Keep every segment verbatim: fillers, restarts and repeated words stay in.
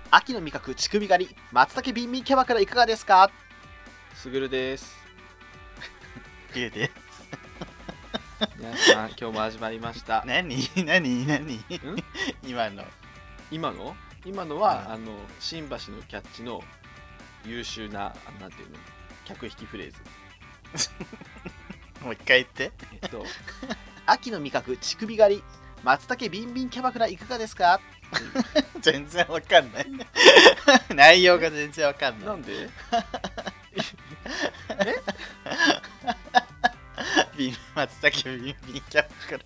秋の味覚乳首狩り松茸ビンビンキャバクラいかがですか。すぐるです。 ゆうです。 皆さん今日も始まりました。 何何何今の今の今のは、うん、あの新橋のキャッチの優秀ななんていうの客引きフレーズもう一回言って。 えっと秋の味覚乳首狩り松茸ビンビンキャバクラいかがですか。 全然わかんない内容が全然わかんない。 なんでえ松茸ビンビンキャバク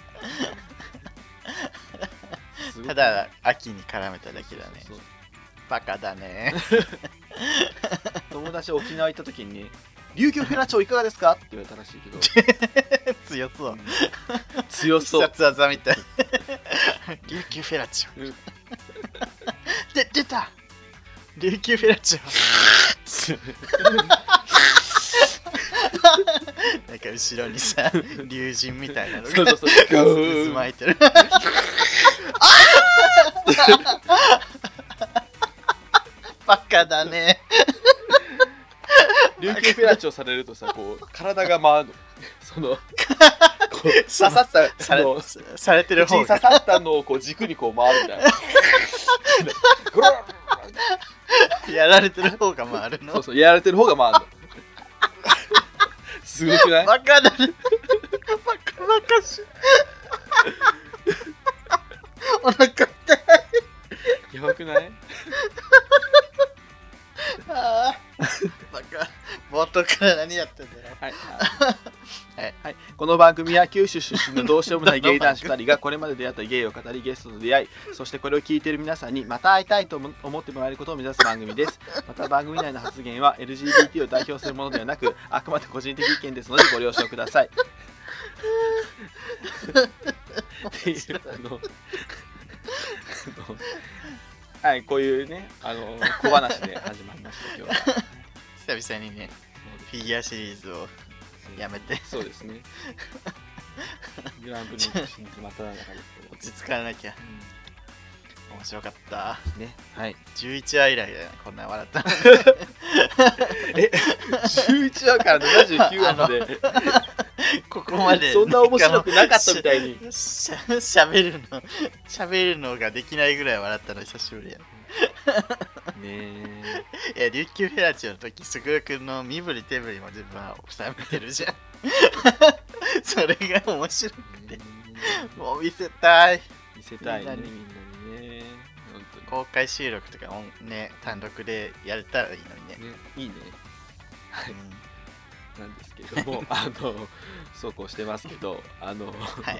ラただ秋に絡めただけだね。そうそうそうバカだね友達沖縄行った時にね琉球フェラチオいかがですかって言われたらしいけど強そう、うん、 強そう必殺技みたい琉球フェラチオ、うん、で出た琉球フェラチオなんか後ろにさ龍神みたいなのがそうそうそう渦巻いてるバカだね琉球フェラチオされるとさこう体が回るのそのこう刺さったされ、されてる方が刺さったのをこう軸にこう回るみたいなやられてる方が回るの。 そうそうやられてる方が回るのすごくない。 バカだねバカバカしお腹痛いやばくないあバカ冒頭から何やってんだよ。 はいはいはい、この番組は九州出身のどうしようもないゲイ男子ふたりがこれまで出会ったゲイを語りゲストと出会いそしてこれを聞いている皆さんにまた会いたいと思ってもらえることを目指す番組です。また番組内の発言は エルジービーティー を代表するものではなくあくまで個人的意見ですのでご了承くださいっていうあのはいこういうねあの小話で始まりました今日は久々にねフィギュアシリーズをやめてそうですねグランプリの新またなんか落ち着かなきゃ、うん、面白かったね。はいじゅういちわ以来だよねこんな笑ったえじゅういちわからななじゅうきゅうわまでここまでそんな面白くなかったみたいにしゃしゃべるのしゃべるのができないぐらい笑ったの久しぶりやねえいや琉球フェラチオの時すぐるくんの身振り手振りも自分は収めてるじゃんそれが面白くてもう見せたい見せたいねみんなにね本当に公開収録とかね単独でやれたらいいのにね。 ねいいねはい、うん、なんですけどもあのそうこうしてますけどあの、はい、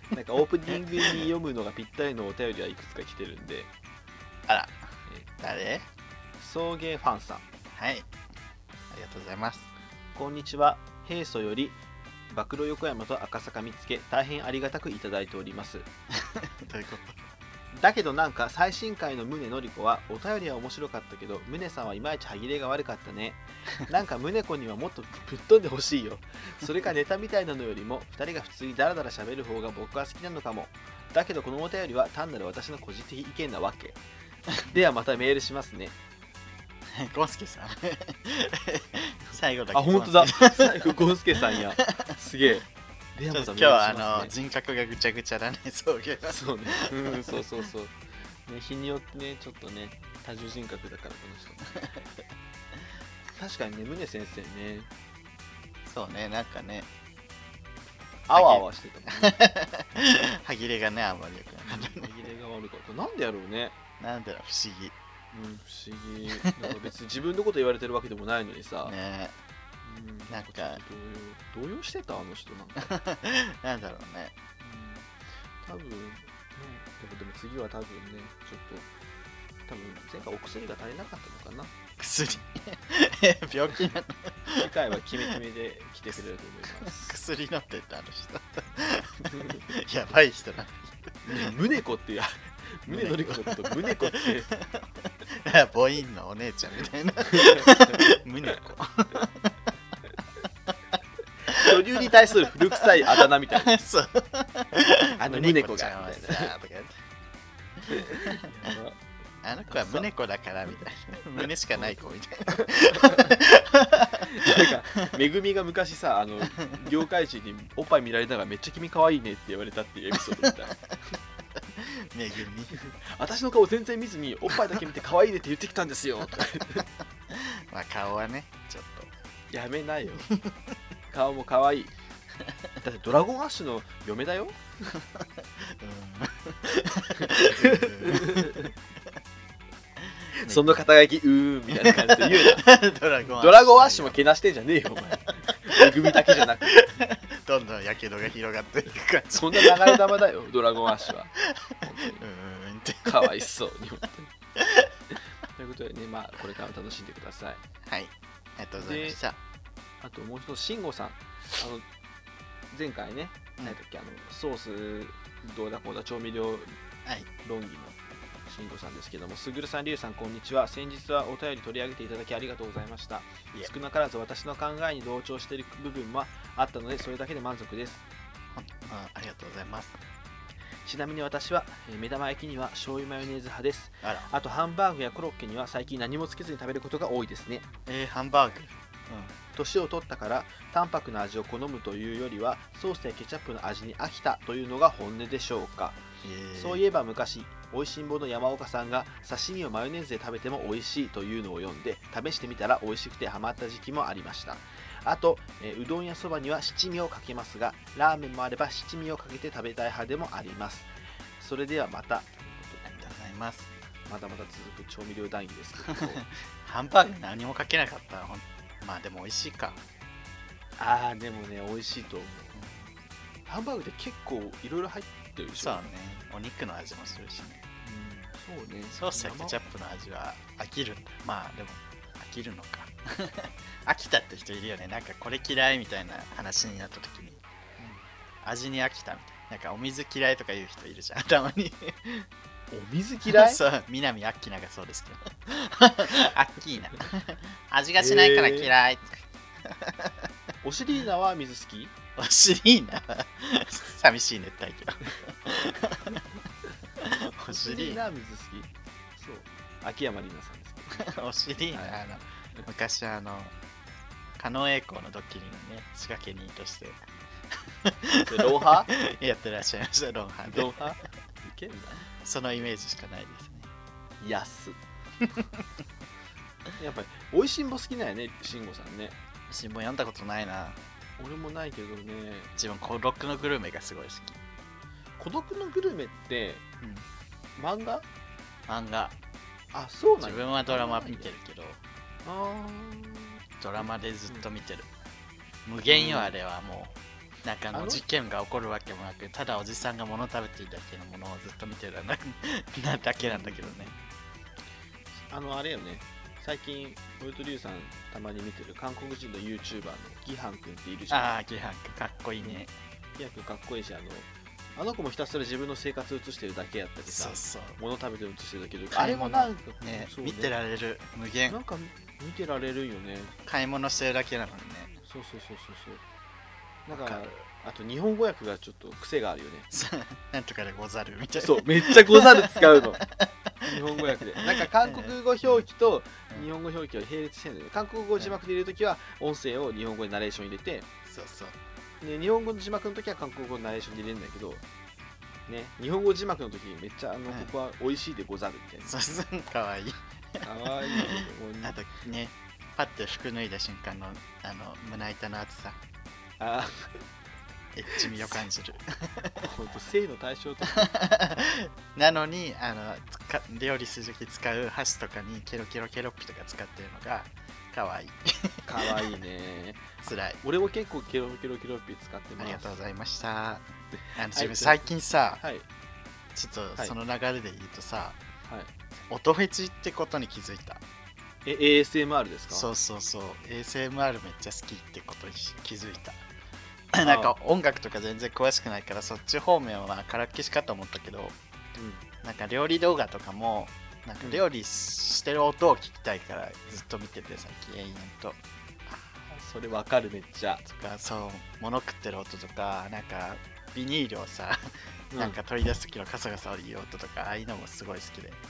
なんかオープニングに読むのがぴったりのお便りはいくつか来てるんであら誰？ 送迎ファンさん。 はいありがとうございます。 こんにちは。平素より暴露横山と赤坂見つけ大変ありがたくいただいておりますどういうことだけどなんか最新回の宗のりこはお便りは面白かったけど宗さんはいまいち歯切れが悪かったねなんか宗子にはもっとぶっ飛んでほしいよそれかネタみたいなのよりもふたりが普通にダラダラ喋る方が僕は好きなのかも。だけどこのお便りは単なる私の個人的意見なわけではまたメールしますね。 ゴンスケさん最後だけあ本当だ最後ゴンスケさんやすげえ。 ではまたメールしますね。今日はあの人格がぐちゃぐちゃだねそうそうねうんそうそうそうね日によってねちょっとね多重人格だからこの人確かにね宗先生ねそうねなんかねあわあわしてたもんね歯切れがねあんまりよくなかったね。 歯切れが悪かったなんでやろうね。 なんだろう不思議うん、不思議なんか別に自分のこと言われてるわけでもないのにさねうん、 なんか動揺動揺してたあの人なんかなんだろうね、 うん、多分、ね、でもでも次は多分ねちょっと多分前回お薬が足りなかったのかな薬病気なの次回はキメキメで来てくれると思います薬飲んでたあの人やばい人な宗子ってや宗のりこのこと宗子って母音のお姉ちゃんみたいな宗子女流に対する古臭いあだ名みたいなそうあの宗子がみたいなあの子は胸子だからみたいな胸しかない子みたいなんかめぐみが昔さあの業界人におっぱい見られながらめっちゃ君可愛いねって言われたっていうエピソードみたいなめぐみ私の顔全然見ずにおっぱいだけ見て可愛いねって言ってきたんですよまあ顔はねちょっとやめないよ顔も可愛いだってドラゴンアッシュの嫁だよその肩書きうーんみたいな感じで言うなドラゴンドラゴンアッシュもけなしてんじゃねえよお前めぐみだけじゃなくどんどんやけどが広がっていく感じそんな流れ玉だよドラゴンアッシュは本当にうーんってかわいそうに本当にということでねまあこれからも楽しんでください。 はいありがとうございました。 あともう一つ慎吾さんあの前回ね、 うん何だっけあのソースどうだこうだ調味料はい論議の慎吾さんですけども、すぐるさん、りゅうさん、こんにちは。先日はお便り取り上げていただきありがとうございました。 いえ少なからず私の考えに同調している部分はあったので、それだけで満足です。 ほんあありがとうございます。 ちなみに私は、えー目玉焼きには醤油マヨネーズ派です。 あらあとハンバーグやコロッケには最近何もつけずに食べることが多いですね。 えー、ハンバーグ年を取ったから淡白な味を好むというよりはソースやケチャップの味に飽きたというのが本音でしょうか。 うん、えー、 そういえば昔おいしんぼの山岡さんが刺身をマヨネーズで食べても美味しいというのを読んで試してみたら美味しくてハマった時期もありました。あと、えーうどんやそばには七味をかけますがラーメンもあれば七味をかけて食べたい派でもあります。それではまた。 ありがとうございます。 まだまだ続く調味料談義ですけどハンバーグ何もかけなかったほんまあでも美味しいか。 あーでもね美味しいと思う。ハンバーグって結構いろいろ入ってるでしょ。 そうねお肉の味もするしね。 うん、そうね。 ソースやケチャップの味は飽きるんだ。まあでも飽きるのか飽きたって人いるよね。なんかこれ嫌いみたいな話になった時に、味に飽きたみたいな。なんかお水嫌いとか言う人いるじゃんたまにお水嫌いそう南アッキーナがそうですけどアッキーナ味がしないから嫌い、 おしりーなは水好き？ おしりーな寂しい熱帯魚おおしりーなしりーな水好き？そう秋山里奈さんですけど、 おしりーな、 はいあの昔あの狩野英孝のドッキリのね仕掛け人としてそれロンハやってらっしゃいましたロンハンでロンハいけんだそのイメージしかないですね。 安やっぱりおいしんぼ好きなんやね慎吾さんね。 新聞読んだことないな。 俺もないけどね。 自分孤独のグルメがすごい好き。 孤独のグルメってうん、 漫画？ 漫画あそうなんや。 自分はドラマ見てるけどあドラマでずっと見てる。無限よあれはもうなんかああのの事件が起こるわけもなくただおじさんが物食べているだけのものをずっと見てるななだけなんだけどね。 ーあのあれよね。最近俺とリュウさんたまに見てる韓国人の YouTuber のギハン君っているじゃん。 ああギハンかっこいいね。 ギハン君かっこいいし、あのあの子もひたすら自分の生活を映してるだけやったりさそう、そう物食べてるの映してるだけど、あ買い物れもなんかねそう見てられる無限なんか見てられるよね。 買い物してるだけなのにね。 そうそうそうそうそう。なんかわかるあと日本語訳がちょっと癖があるよね。 そうなんとかでござるみたいな。 そうめっちゃござる使うの日本語訳でなんか韓国語表記と日本語表記を並列してるんだよね。韓国語字幕で入れるときは音声を日本語でナレーション入れて、 そうそうで日本語の字幕のときは韓国語のナレーションで入れるんだけどね、日本語字幕のときにめっちゃあの、 はいここは美味しいでござるみたいな。 そうそうかわいい。 かわいいよね。 あとねパッて服脱いだ瞬間のあの胸板の厚さあエッチ味を感じるーほんと性の対象となのにあのつか料理するとき使う箸とかにケロケロケロッピとか使ってるのがかわいい。 かわいいね。 つらい。 俺も結構ケロケロケロッピ使ってます。 ありがとうございました。あの自はい分最近さ、 はいちょっとはいその流れで言うとさ、 はい。 音フェチってことに気づいた。 え エーエスエムアール ですか？ そうそうそう エーエスエムアール めっちゃ好きってことに気づいた。なんか音楽とか全然詳しくないからそっち方面はからっきしかと思ったけど、 うん。 なんか料理動画とかもなんか料理してる音を聞きたいからずっと見てて最近延々と。 それわかるめっちゃ。 とかそう物食ってる音とかなんかビニールをさ、 うんなんか取り出す時のカサカサいい音とかああいうのもすごい好きで。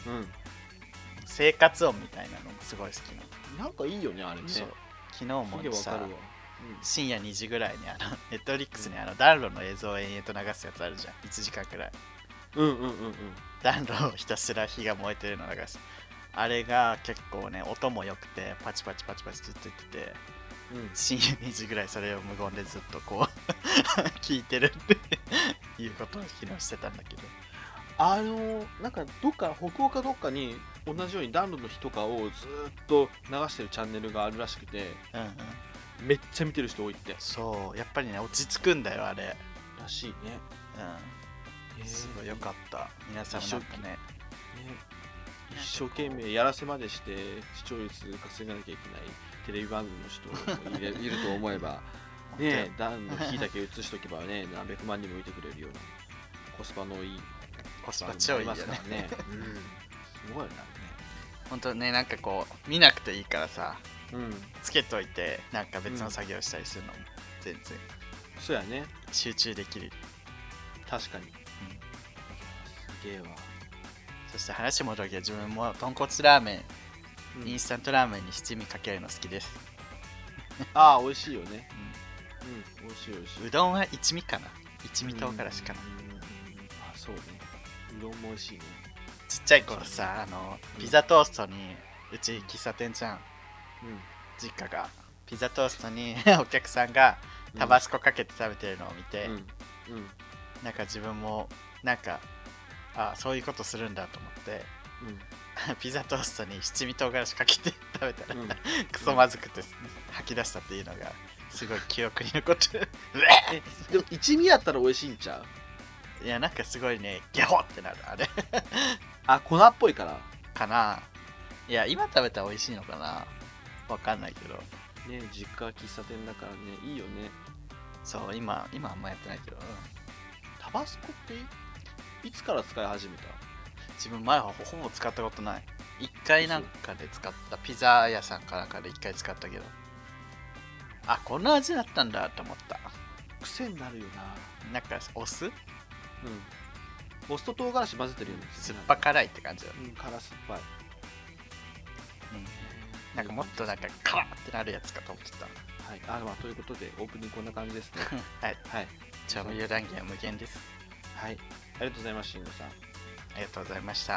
うん生活音みたいなのもすごい好きなの。 なんかいいよねあれね。 そう昨日もすげえわかさるわ。 深夜にじぐらいにあのネットフリックスにあの暖炉の映像を延々と流すやつあるじゃん。いちじかんくらいうんうんうんうん暖炉をひたすら火が燃えてるのを流す。あれが結構ね音も良くてパチパチパチパチずっと言ってて、 うんうん。 深夜にじぐらいそれを無言でずっとこう聞いてるっていうことを昨日してたんだけど。 あのなんかどっか北欧かどっかに同じように暖炉の日とかをずーっと流してるチャンネルがあるらしくて、 うんうんめっちゃ見てる人多いって。 そうやっぱりね落ち着くんだよあれ。 らしいね。 うんすごいよかった皆さんもなんかねね一生懸命やらせまでして視聴率稼がなきゃいけないテレビ番組の人もいるいると思えばね暖の日だけ映しとけばね何百万人も見てくれるようなコスパのいいコスパ超いいよね番組もありますからね。うん、すごいよね。 ほんとねなんかこう見なくていいからさうん、 つけといてなんか別の作業したりするのも全然そうやね。 集中できる、 確かに。 うん、 すげえわ。 そして話戻るけど自分も豚骨ラーメン、 うんインスタントラーメンに七味かけるの好きです、 ああ、美味しいよね。うん、美味しい美味しい。 うん、うどんは一味かな一味唐辛子かな、 うんうんうんあ、そうね。うどんも美味しいね。 ちっちゃい頃さあのピザトーストにうち喫茶店じゃんうん。 実家がピザトーストにお客さんがタバスコかけて食べてるのを見て、 うん。うん。 なんか自分もなんかあそういうことするんだと思ってピザトーストに七味唐辛子かけて食べたら、 うんクソまずくて吐き出したっていうのがすごい記憶に残ってるえ、でも一味やったら美味しいんちゃう？ いやなんかすごいねギャホってなるあれあ、粉っぽいから。 かないや今食べたら美味しいのかなわかんないけどね、実家は喫茶店だからね、いいよね。 そう今今あんまやってないけど、うんタバスコっていつから使い始めた？ 自分前はほほぼ使ったことない一回なんかで使ったピザ屋さんかなんかで一回使ったけどあこんな味だったんだと思った癖になるよな。 なんかお酢うん。お酢と唐辛子混ぜてるよね。 酸っぱ辛いって感じだ、 うん、辛酸っぱい。 うん、なんかもっとなんかカラッってなるやつかと思ってたはい。あ、まあ、ということで、オープニングこんな感じですね。 はいはい。 調味料談義は無限ですはい。ありがとうございます、慎吾さん。 ありがとうございました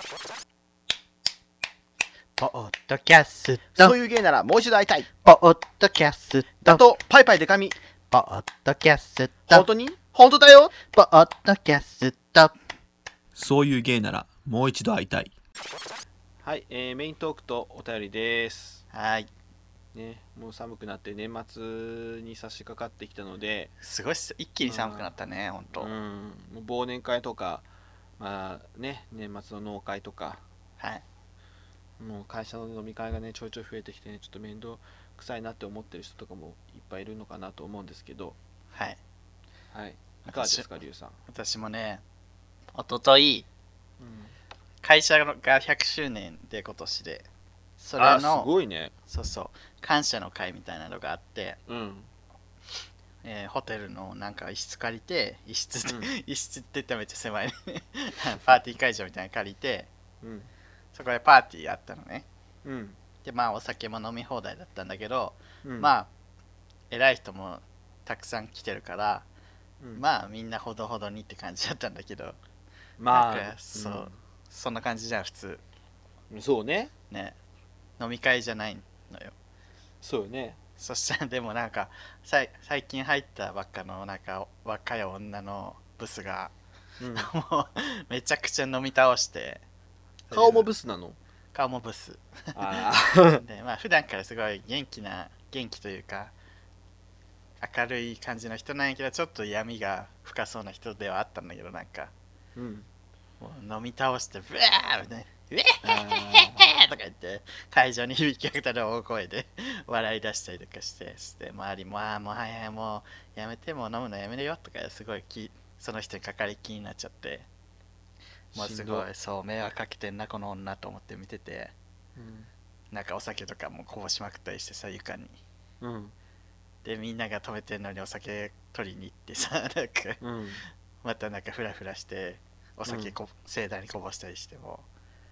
ポッドキャストそういう芸ならもう一度会いたい。 ポッドキャスだトと、パイパイデカミ。 ポッドキャスト本当に本当だよ。 ポッドキャストそういう芸ならもう一度会いたい。はい、えー、メイントークとお便りです。 はいね、もう寒くなって年末に差し掛かってきたので、 すごいっす一気に寒くなったねほんとうん、もう忘年会とか、まあね、年末の納会とか、 はいもう会社の飲み会がね、ちょいちょい増えてきてね、ちょっと面倒くさいなって思ってる人とかもいっぱいいるのかなと思うんですけど、 はいはい、いかがですか、リュウさん。 私もねおとというん、 会社がひゃくしゅうねんで今年でそれあ、すのごいね。 そうそう感謝の会みたいなのがあって、 うん、 えーホテルのなんか一室借りて一室で、 うん一室って言ったらめっちゃ狭いねパーティー会場みたいなの借りてうん、 そこでパーティーやったのねうん、 でまあお酒も飲み放題だったんだけど、 うん、 まあ偉い人もたくさん来てるから、 うん、 まあみんなほどほどにって感じだったんだけどまなんかそう、そんな感じじゃん普通うん、そうね、 ね飲み会じゃないのよそうよね。 そしたらでもなんかさい最近入ったばっかのなんか若い女のブスがうん、 もうめちゃくちゃ飲み倒して顔もブスなの？ 顔もブスあでまあ普段からすごい元気な元気というか明るい感じの人なんやけどちょっと闇が深そうな人ではあったんだけどなんかー、うん、 もう飲み倒してブワーみたいなウェあーとか言って会場に響き渡る大声で笑い出したりとかしてして周りもああもうはいはいもうやめてもう飲むのやめるよとかすごいきその人にかかり気になっちゃってもうすごいそう迷惑かけてんなこの女と思って見ててうんなんかお酒とかもこぼしまくったりしてさ床にうんでみんなが止めてんのにお酒取りに行ってさなんかうんまたなんかフラフラしてお酒こ、盛大にこぼしたりしても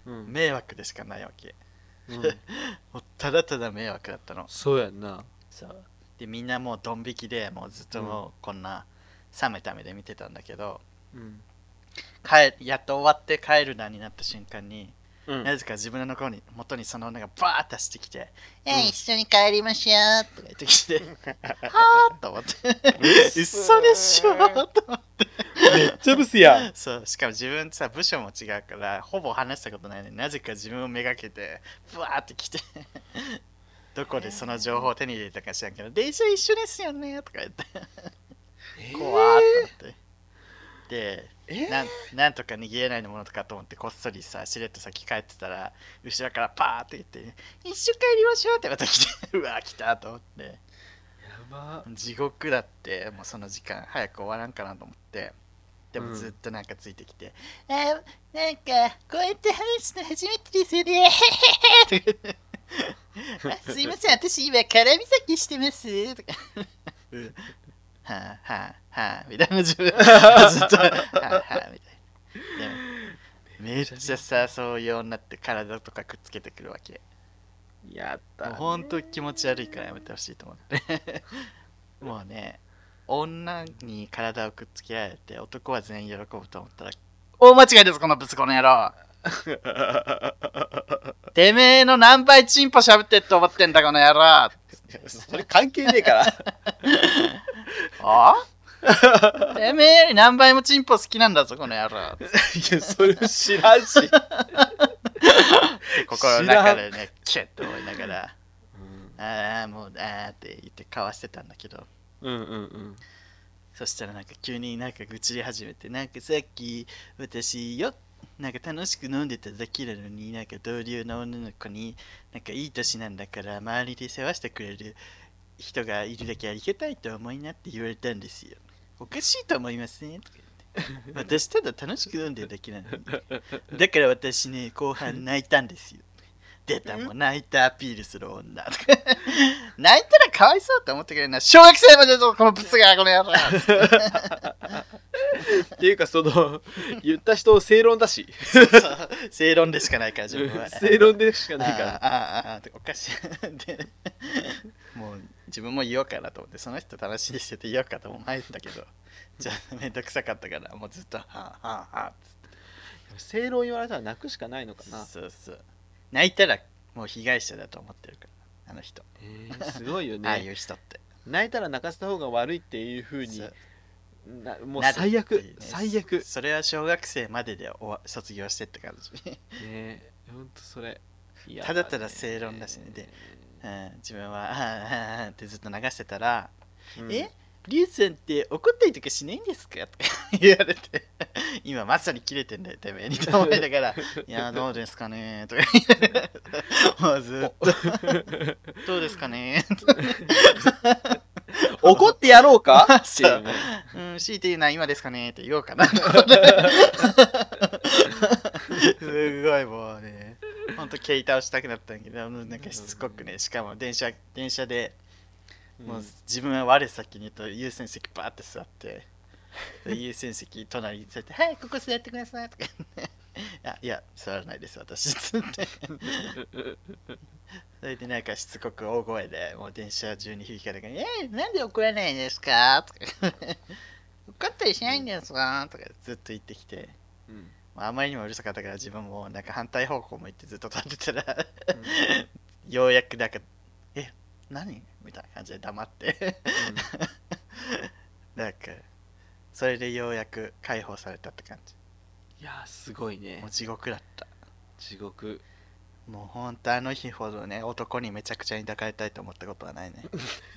うん迷惑でしかないわけ。 うん、 もうただただ迷惑だったの。 そうやんな。 そうでみんなもうドン引きでもうずっともうこんな冷めた目で見てたんだけど、 うん帰やっと終わって帰るなになった瞬間に、 うん、 なぜか自分の子に元にその女がバーッとしてきて「え、 うん一緒に帰りましょう」とか言ってきてはぁと思って嘘でしょと思ってめっちゃブスやん。 そうしかも自分さ部署も違うからほぼ話したことないのになぜか自分をめがけてブワーって来てどこでその情報を手に入れたか知らんけど電車一緒ですよねとか言って怖ーっと思ってでえーなんなんとか逃げないものとかと思ってこっそりさしれっと先帰ってたら後ろからパーって言って一緒帰りましょうってまた来てうわ来たと思ってやば。 地獄だってもうその時間早く終わらんかなと思ってでもずっとなんかついてきて、うん、あなんかこうやって話すの初めてですよねとか言ってあすいません私今絡み咲きしてますとかはあはあはあみたいな自分ずっとはあはあみたいなでめっちゃさそういう女って体とかくっつけてくるわけやったね。 もうほんと気持ち悪いからやめてほしいと思ってもうね女に体をくっつけられて男は全員喜ぶと思ったら大間違いですこのブスこの野郎てめえの何倍チンポしゃぶってって思ってんだこの野郎それ関係ねえからあてめえより何倍もチンポ好きなんだぞこの野郎いやそれ知らんし心の中でねキュッと思いながら、 うん、 ああもうああって言ってかわしてたんだけどうんうんうんそしたらなんか急になんか愚痴り始めてなんかさっき私よなんか楽しく飲んでただけなのになんか同僚の女の子になんかいい年なんだから周りで世話してくれる人がいるだけありがたいと思いなって言われたんですよおかしいと思いませんとか言って私ただ楽しく飲んでるだけなのにだから私ね後半泣いたんですよ出たもう泣いたアピールする女とか泣いたらかわいそうと思ってくれるな小学生までのこのブスがこの野郎っていうかその言った人正論だしそうそう正論でしかないから自分は正論でしかないからあああああおかしいでもう自分も言おうかなと思ってその人楽しいですよって言おうかと思ってたけどじゃあめんどくさかったからもうずっとはあはあはあ正論言われたら泣くしかないのかな。 そうそう泣いたらもう被害者だと思ってるからあの人、 えー、すごいよねああいう人って泣いたら泣かせた方が悪いっていう風にそうなもうなる最悪、 っていうね最悪それは小学生までで終わ卒業してって感じねほんとそれ嫌ただただ正論だしねでうん、自分は「ああああ」ってずっと流してたら「 うん、 えリュウさんって怒ったりとかしないんですか?」とか言われて今まさに切れてんだよてめえにと思いながら「いやどうですかね」とか言ってもうずっと「どうですかね」 怒ってやろうかってそいううねうん強いて言うのは今ですかねって言おうかなすごいもうねほんと毛倒したくなったんだけどなんかしつこくねしかも電車電車でもう自分は我先にと優先席バーって座ってで優先席隣に座って「はいここ座ってください」とか言ってあいや座らないです私つってそれでなんかしつこく大声でもう電車中に響かれて「えー、なんで怒らないんですか?」とか怒ったりしないんですかとかずっと言ってきて、 うんあまりにもうるさかったから自分もなんか反対方向向いてずっと立ってたらようやくなんか「え何?」みたいな感じで黙ってなんかそれでようやく解放されたって感じ。 いやすごいねもう地獄だった地獄もうほんとあの日ほどね男にめちゃくちゃに抱かれたいと思ったことはないね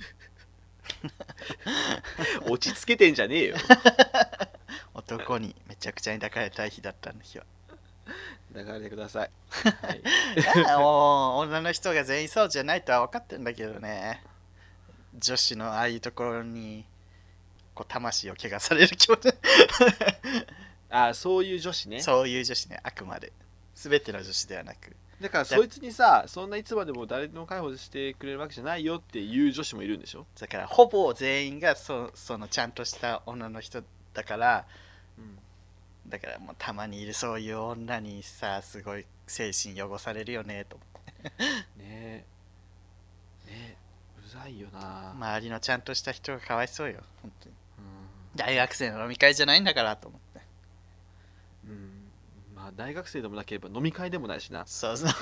落ち着けてんじゃねえよ男にめちゃくちゃに抱かれたい日だったんだ日は抱かれてください、はい、 あもう女の人が全員そうじゃないとは分かってんだけどね女子のああいうところにこう魂を汚される気持ちあそういう女子ねそういう女子ねあくまで全ての女子ではなくだからそいつにさそんないつまでも誰でも介抱してくれるわけじゃないよっていう女子もいるんでしょだからほぼ全員がそそのちゃんとした女の人だから、 うんだからもうたまにいるそういう女にさ、すごい精神汚されるよねと思ってねえねえうざいよな、 周りのちゃんとした人がかわいそうよ本当に。 うん大学生の飲み会じゃないんだからと思って。 うんまあ大学生でもなければ飲み会でもないしな。 そうそう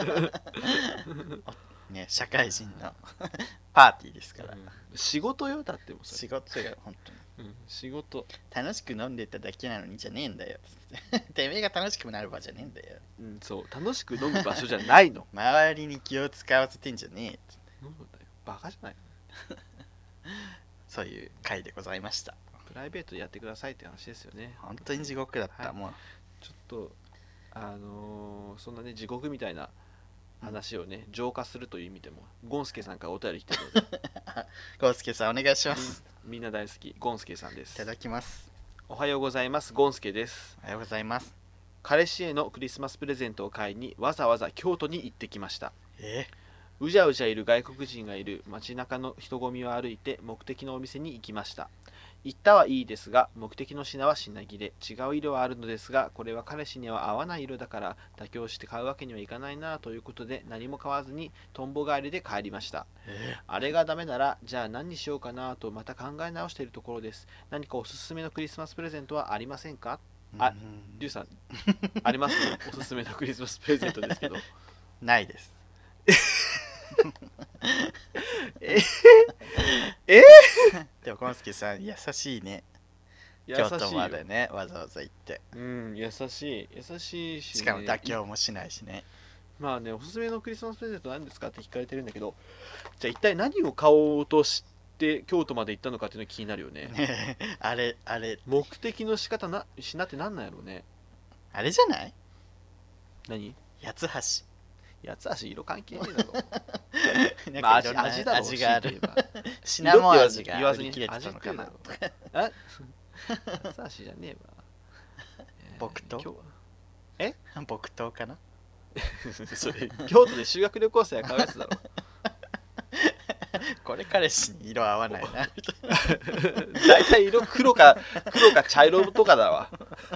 ね、社会人のパーティーですから、 うん仕事よだってもそれ仕事よ本当に。 うん仕事、 楽しく飲んでただけなのにじゃねえんだよつっててめえが楽しくなる場じゃねえんだよ、 うん、そう楽しく飲む場所じゃないの周りに気を使わせてんじゃねえっつって。 飲むんだよバカじゃないの。 そういう回でございました。 プライベートでやってくださいって話ですよね。 本当に地獄だった、 はいもうちょっとあのーそんなね地獄みたいな話をね浄化するという意味でもゴンスケさんからお便り来てるのでゴンスケさんお願いします。 みんな大好きゴンスケさんです。 いただきます。 おはようございます。ゴンスケです。 おはようございます。 彼氏へのクリスマスプレゼントを買いにわざわざ京都に行ってきました。 えうじゃうじゃいる外国人がいる街中の人混みを歩いて目的のお店に行きました。行ったはいいですが目的の品は品切れ、違う色はあるのですがこれは彼氏には合わない色だから妥協して買うわけにはいかないなということで何も買わずにとんぼ帰りで帰りました。 えあれがダメならじゃあ何にしようかなとまた考え直しているところです。何かおすすめのクリスマスプレゼントはありませんか？あうんリュウさんありますおすすめのクリスマスプレゼントですけどないですええでもゴンスケさん優しいね。 優京都しいよまでねわざわざ行って、 うん優しい優しいし、ね、 しかも妥協もしないしね。 まあねおすすめのクリスマスプレゼント何ですかって聞かれてるんだけどじゃあ一体何を買おうとして京都まで行ったのかっていうのが気になるよね。 ねえあれあれ目的の仕方な品って何なんやろうね。 あれじゃない？ 何八つ八つ橋色関係ねえだろ橋なんまあ味かいろんな味だろう味がある強いて言えばシナモン味言わずにが売り切れてたのかな。 味っていうのあ八つ橋じゃねえわ木刀今日木刀かな。 それ京都で修学旅行生が買うやつだろこれ彼氏に色合わないな大体色黒か黒か茶色とかだわ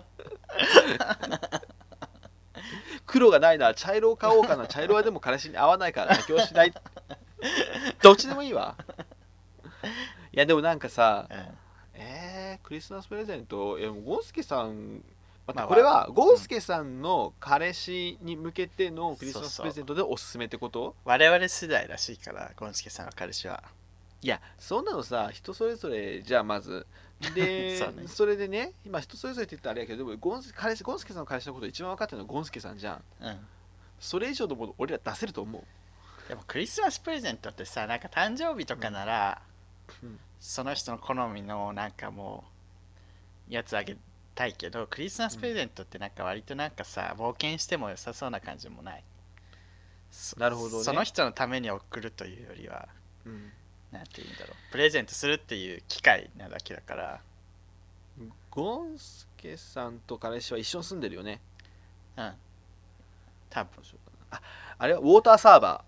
黒がないなら茶色を買おうかな。茶色はでも彼氏に合わないから妥協しないどっちでもいいわ。いやでもなんかさうんえー、クリスマスプレゼントいやもうゴンスケさん待ってまあこれはゴンスケさんの彼氏に向けてのクリスマスプレゼントでおすすめってこと？ 我々世代らしいからゴンスケさんの彼氏は。 いやそんなのさ人それぞれじゃあまずでそそ,、 うねれでね今人それぞれって言ったらあれやけどでもゴンス彼氏ゴンスケさんの彼氏のこと一番分かってるのはゴンスケさんじゃん。 うんそれ以上のもの俺ら出せると思う。 でもクリスマスプレゼントってさなんか誕生日とかなら、 うんその人の好みのなんかもうやつあげたいけどクリスマスプレゼントってなんか割となんかさ冒険しても良さそうな感じもない。そなるほどねその人のために送るというよりはうんなんて言うんだろうプレゼントするっていう機会なだけだからゴンスケさんと彼氏は一緒に住んでるよね。 うん多分ああれはウォーターサーバ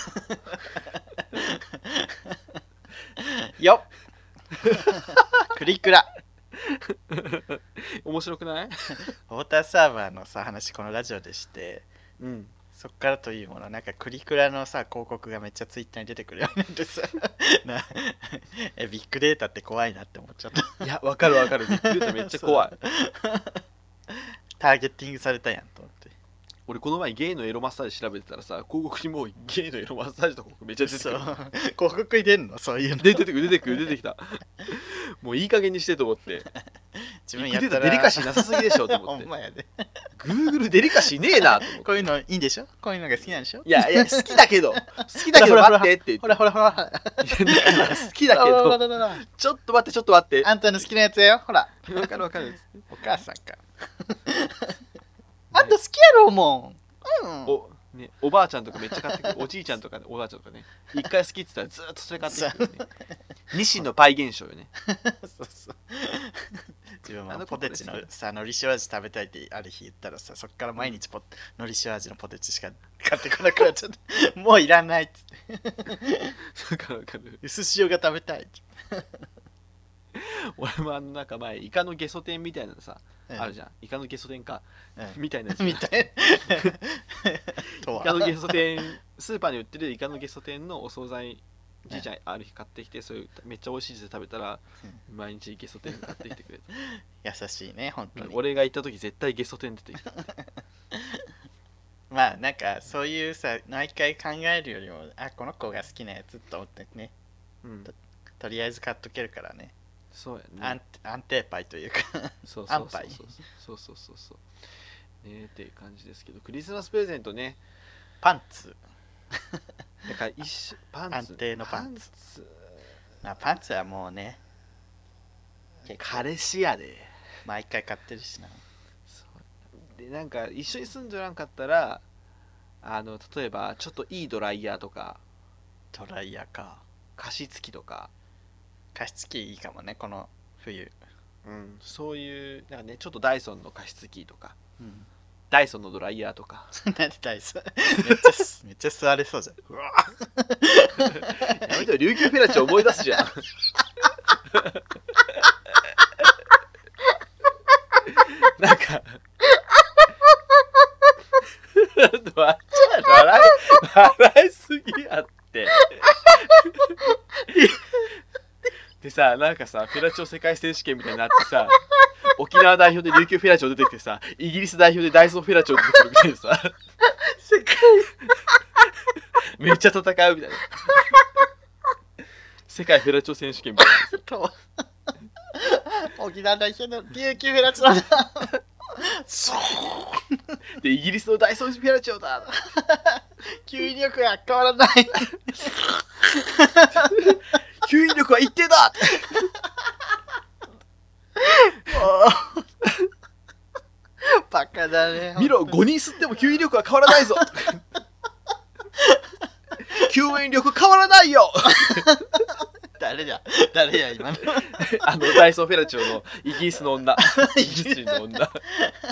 よっクリクラー面白くない？ ウォーターサーバーのさ話このラジオでしてうんそっからというものなんかクリクラのさ広告がめっちゃツイッターに出てくるようになってさなえビッグデータって怖いなって思っちゃったいやわかるわかるビッグデータめっちゃ怖いターゲッティングされたやんと思って俺この前ゲイのエロマッサージ調べてたらさ広告にもうゲイのエロマッサージと広告めっちゃ出てくる。 そう広告に出んのそういうので出てくる出てくる出てきたもういい加減にしてと思って自ビッグデータ分やったらデリカシーなさすぎでしょと思ほってんまやで Google デリカシーねえなと思ってこういうのいいんでしょこういうのが好きなんでしょいやいや好きだけど好きだけど待ってって言ってほらほらほらほらいやだから好きだけほらほらどほらほらちょっと待ってちょっと待ってあんたの好きなやつやよほらわかるわかるお母さんかあんた好きやろもんうんおね、おばあちゃんとかめっちゃ買ってくるおじいちゃんとか、ね、おばあちゃんとかね一回好きって言ったらずっとそれ買ってくる、ね、ニシンのパイ現象よねそうそう自分あもの子ですよポテチのさのり塩味食べたいってある日言ったらさそっから毎日ポのり塩味のポテチしか買ってこなくなっちゃってもういらないっつってわかるわかる薄塩が食べたいって俺もあのなんか前イカのゲソ天みたいなのさあるじゃん、イカのゲソ天かうんみたいなやつみたいとイカのはゲソ天スーパーに売ってるイカのゲソ天のお惣菜じいちゃんある日買ってきて、そういうめっちゃ美味しいって食べたら毎日ゲソ天買ってきてくれた優しいね本当に。 俺が行った時絶対ゲソ天出てきたまあなんかそういうさ毎回考えるよりもあこの子が好きなやつと思ってね、 うんとりあえず買っとけるからね、 そうやね安安定パイというかそうそう安牌そうそうそうそうそうそうねえっていう感じですけど、クリスマスプレゼントね、 パンツ、 だから一緒パンツ安定のパンツパンツまあ、パンツはもうね結構彼氏やで毎回買ってるしな。 そうでなんか一緒に住んでおらんかったらあの例えばちょっといいドライヤーとかドライヤーか加湿器とか、 加湿器いいかもねこの冬。 うん、そういうなんかねちょっとダイソンの加湿器とかうんダイソンのドライヤーとかなんでダイソンめっちゃすめっちゃ座れそうじゃん。うわやめてよ琉球フェラチオ思い出すじゃんなんか笑い笑いすぎやってでさ、なんかさフェラチオ世界選手権みたいになってさ、沖縄代表で琉球フェラチオ出てきてさ、イギリス代表でダイソーフェラチオ出てくるみたいなさ世界めっちゃ戦うみたいな世界フェラチオ選手権みたいなと沖縄代表の琉球フェラチオだそうでイギリスのダイソーフェラチオだ吸引力が変わらない吸引力は一定だバカだね見ろごにん吸っても吸引力は変わらないぞ吸引力変わらないよ誰だ誰や今のあのダイソーフェラチオのイギリスの女イギリス人の女そう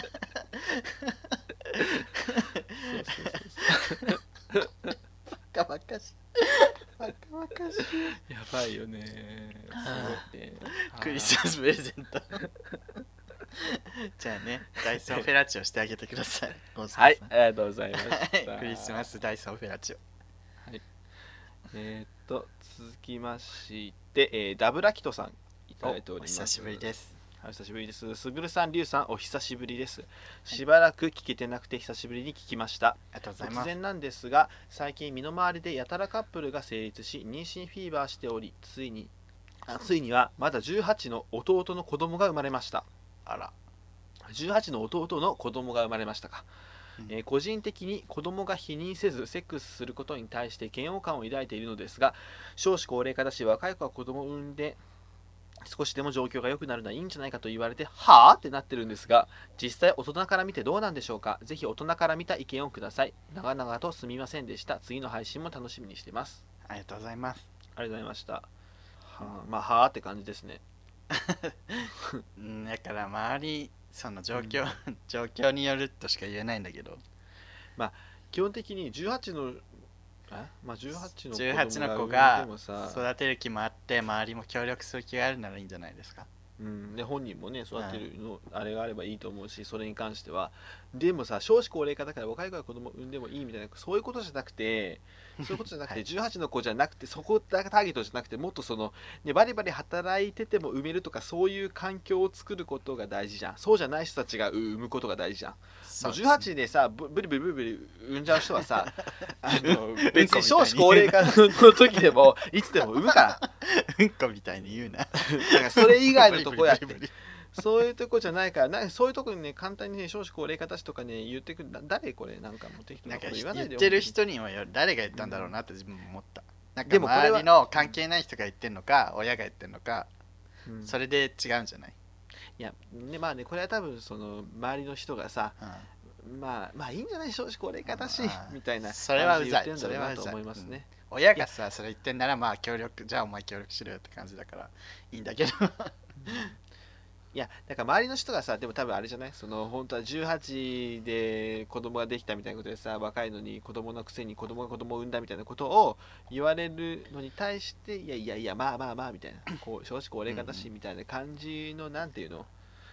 そうそうそうバカバカしいバカバカしいやばいよねすごいねクリスマスプレゼントじゃあねダイソーフェラチオしてあげてくださいはいありがとうございましはいたクリスマスダイソーフェラチオえー、っと続きまして、えー、ダブラキトさんいただいております。 お久しぶりですお久しぶりです。すぐるさん、りゅうさん、お久しぶりです。しばらく聞けてなくて久しぶりに聞きました。 ありがとうございます。 突然なんですが、最近身の回りでやたらカップルが成立し、妊娠フィーバーしており、ついにあついにはまだじゅうはちの弟の子供が生まれました。 あらじゅうはちの弟の子供が生まれましたか。 うんえー個人的に子供が否認せずセックスすることに対して嫌悪感を抱いているのですが、少子高齢化だし若い子は子供を産んで少しでも状況が良くなるのはいいんじゃないかと言われてはぁってなってるんですが、実際大人から見てどうなんでしょうか。ぜひ大人から見た意見をください。長々とすみませんでした。次の配信も楽しみにしてます。 ありがとうございますありがとうございました。はあ、まあはぁって感じですね。 うんだから周りその状況、状況によるとしか言えないんだけど基本的にじゅうはちのあ、まあ、じゅうはちのじゅうはちの子産んがでもさ育てる気もあって周りも協力する気があるならいいんじゃないですか。 うん、で本人もね育てるの、あれがあればいいと思うし、それに関してはでもさ少子高齢化だから若い子が子供産んでもいいみたいなそういうことじゃなくてそういうことじゃなくて、 はいじゅうはちの子じゃなくてそこがターゲットじゃなくてもっとその、ね、バリバリ働いてても産めるとかそういう環境を作ることが大事じゃん。そうじゃない人たちが産むことが大事じゃん。もうじゅうはちでさブブリブリブリブリ産んじゃう人はさあの別に少子高齢化の時でもいつでも産むからうんこみたいに言うな。 だからそれ以外のとこやってブリブリブリそういうとこじゃないからな、そういうとこにね簡単にね少子高齢化だしとかね言ってくる。だ誰これなんか持ってきてなんか言わないでよ言ってる人にもよる誰が言ったんだろうなって自分も思った。なんかでもこれは周りの関係ない人が言ってんのか親が言ってんのかうんそれで違うんじゃない、 いやねまあねこれは多分その周りの人がさうんまあまあいいんじゃない少子高齢化だしまあみたいなそれはうざい感じで言ってんだろうなと思いますね。 親がさそれ言ってんならまあ協力じゃあお前協力しろよって感じだからいいんだけどいやだから周りの人がさでも多分あれじゃないその本当はじゅうはちで子供ができたみたいなことでさ若いのに子供のくせに子供が子供を産んだみたいなことを言われるのに対していやいやいやまあまあまあみたいなこう少子高齢化だしみたいな感じのなんていうの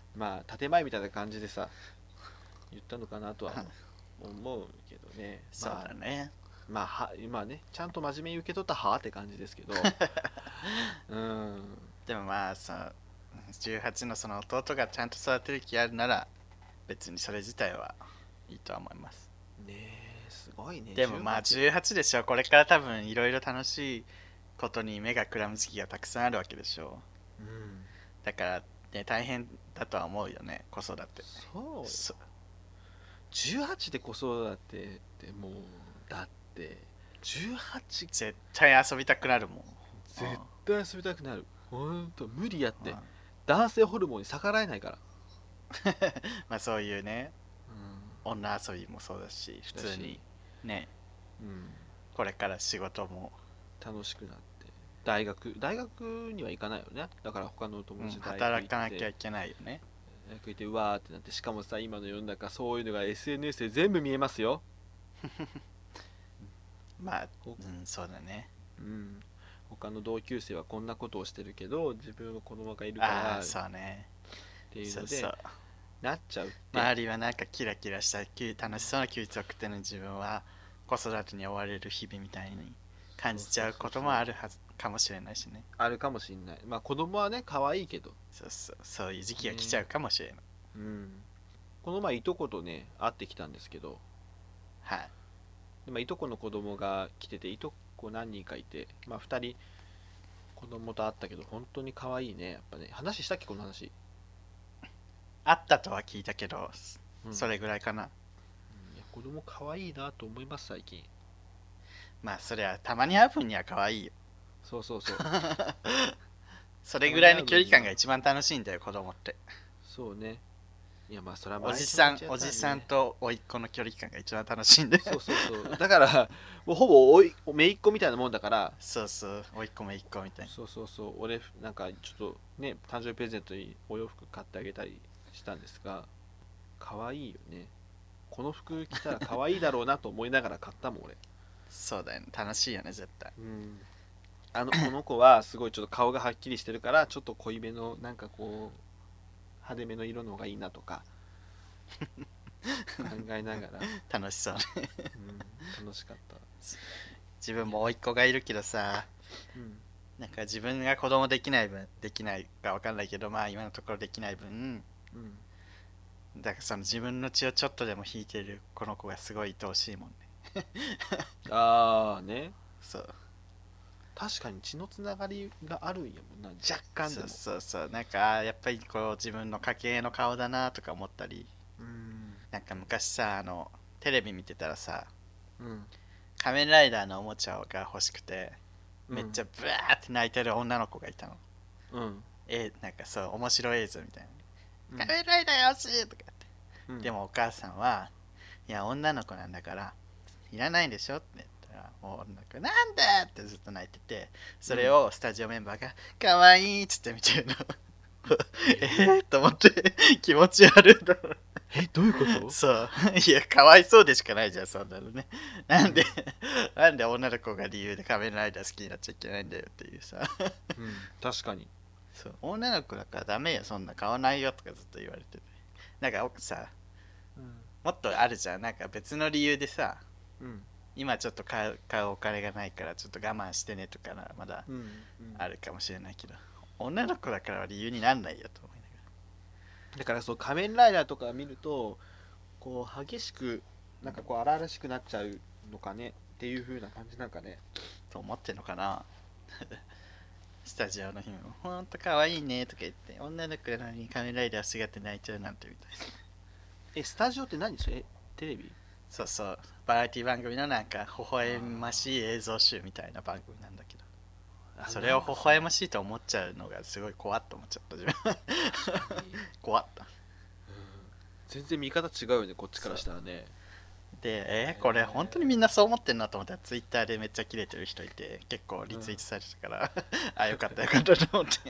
まあ建前みたいな感じでさ言ったのかなとは思うけどね。 そうまあだね。 まあは今ねちゃんと真面目に受け取ったはって感じですけどうんでもまあそのじゅうはちのその弟がちゃんと育てる気あるなら別にそれ自体はいいとは思います。 ねえすごいね。 でもまあじゅうはちじゅうはちでしょ。これから多分いろいろ楽しいことに目がくらむ時期がたくさんあるわけでしょ。 うんだから、ね、大変だとは思うよね、子育て。 そうそじゅうはちで子育てってもうだってじゅうはち絶対遊びたくなるもん。 絶対遊びたくなる。ほんと無理やってうん男性ホルモンに逆らえないから。 まあそういうね、 う女遊びもそうだし、普通にね、 ん、うん、 これから仕事も、 楽しくなって大学大学には行かないよね。だから他の友うん達大学働か行ってなきゃいけないよね。 大学行ってうわーってなって、しかもさ今の世の中そういうのが エスエヌエス で全部見えますよ。 まあ、 ほうん、そうだね。 うん他の同級生はこんなことをしてるけど自分の子供がいるからああ、 っそうね。 ていうのでそうそう。 なっちゃうって。 周りはなんかキラキラしたき楽しそうな休日を送ってるのに自分は子育てに追われる日々みたいに感じちゃうこともあるはずかもしれないしね。 あるかもしんない。まあ子供はね可愛いけど、 そうそう、そういう時期が来ちゃうかもしれない。 うんこの前いとことね会ってきたんですけど、 はい。 でまあ、いとこの子供が来てていとこ何人かいて、まあ、ふたり子供と会ったけど本当に可愛いね。やっぱね話したっけこの話、 あったとは聞いたけど、 うん、 それぐらいかな。 うんいや子供可愛いなと思います最近。 まあそりゃたまに会う分には可愛いよ。 そうそうそうそれぐらいの距離感が一番楽しいんだよ、子供って。 そうね。いやまあそれはお前じさん、 友達やったらねおじさんと甥っ子の距離感が一番楽しいんだよ。 そうそうそうだからもうほぼおい姪っ子みたいなもんだから。 そうそう、甥っ子めいっ子みたいな。 そうそうそう俺なんかちょっとね誕生日プレゼントにお洋服買ってあげたりしたんですが可愛いよね。この服着たら可愛いだろうなと思いながら買ったもん俺。 そうだよね、楽しいよね、絶対。 うんあのこの子はすごいちょっと顔がはっきりしてるからちょっと濃いめのなんかこう派手めの色の方がいいなとか考えながら、 楽しそうね。 うん、楽しかった。 自分も甥っ子がいるけどさ、 うんなんか自分が子供できない分、できないかわかんないけど、まあ今のところできない分、 うんだからその自分の血をちょっとでも引いてるこの子がすごい愛おしいもんね。 ああねそう。 確かに血のつながりがあるんやもんな若干でも。 そうそうそう。なんかやっぱりこう自分の家系の顔だなとか思ったり、 うんなんか昔さ、あの、テレビ見てたらさ、 うん仮面ライダーのおもちゃが欲しくて、 うんめっちゃブワーって泣いてる女の子がいたの。 うんえ、なんかそう、面白い映像みたいな。 うん仮面ライダー欲しいとか言って。 うんでもお母さんは、いや、女の子なんだから、いらないでしょって言ったら、もう女の子が、なんだってずっと泣いてて、それをスタジオメンバーが、かわいいっつって見てるの。えー、と思って、気持ち悪いの。 えどういうことそう。いや、かわいそうでしかないじゃん、そんなのね。なんで、なんで女の子が理由で仮面ライダー好きになっちゃいけないんだよっていうさ。 うん確かに。 そう。女の子だからダメよ、そんな買わないよとかずっと言われてて。なんか奥さ、もっとあるじゃん。なんか別の理由でさ、 うん今ちょっと買う買うお金がないからちょっと我慢してねとかならまだうんうんあるかもしれないけど、女の子だからは理由になんないよと思いながら。 だからそう仮面ライダーとか見るとこう激しくなんかこう荒々しくなっちゃうのかねっていう風な感じなんかね。 と思ってんのかな。スタジオの日もほんとかわいいねとか言って、女の子なのに仮面ライダーすがって泣いちゃうなんてみたいな。 えスタジオって何それテレビ？ そうそう、バラエティ番組のなんか微笑ましい映像集みたいな番組なんだけど、それを微笑ましいと思っちゃうのがすごい怖っと思っちゃった自分。怖っと。 全然見方違うよねこっちからしたらね。 で、えーこれ本当にみんなそう思ってんなと思ったらツイッターでめっちゃキレてる人いて結構リツイートされてたから、あよかったよかったと思って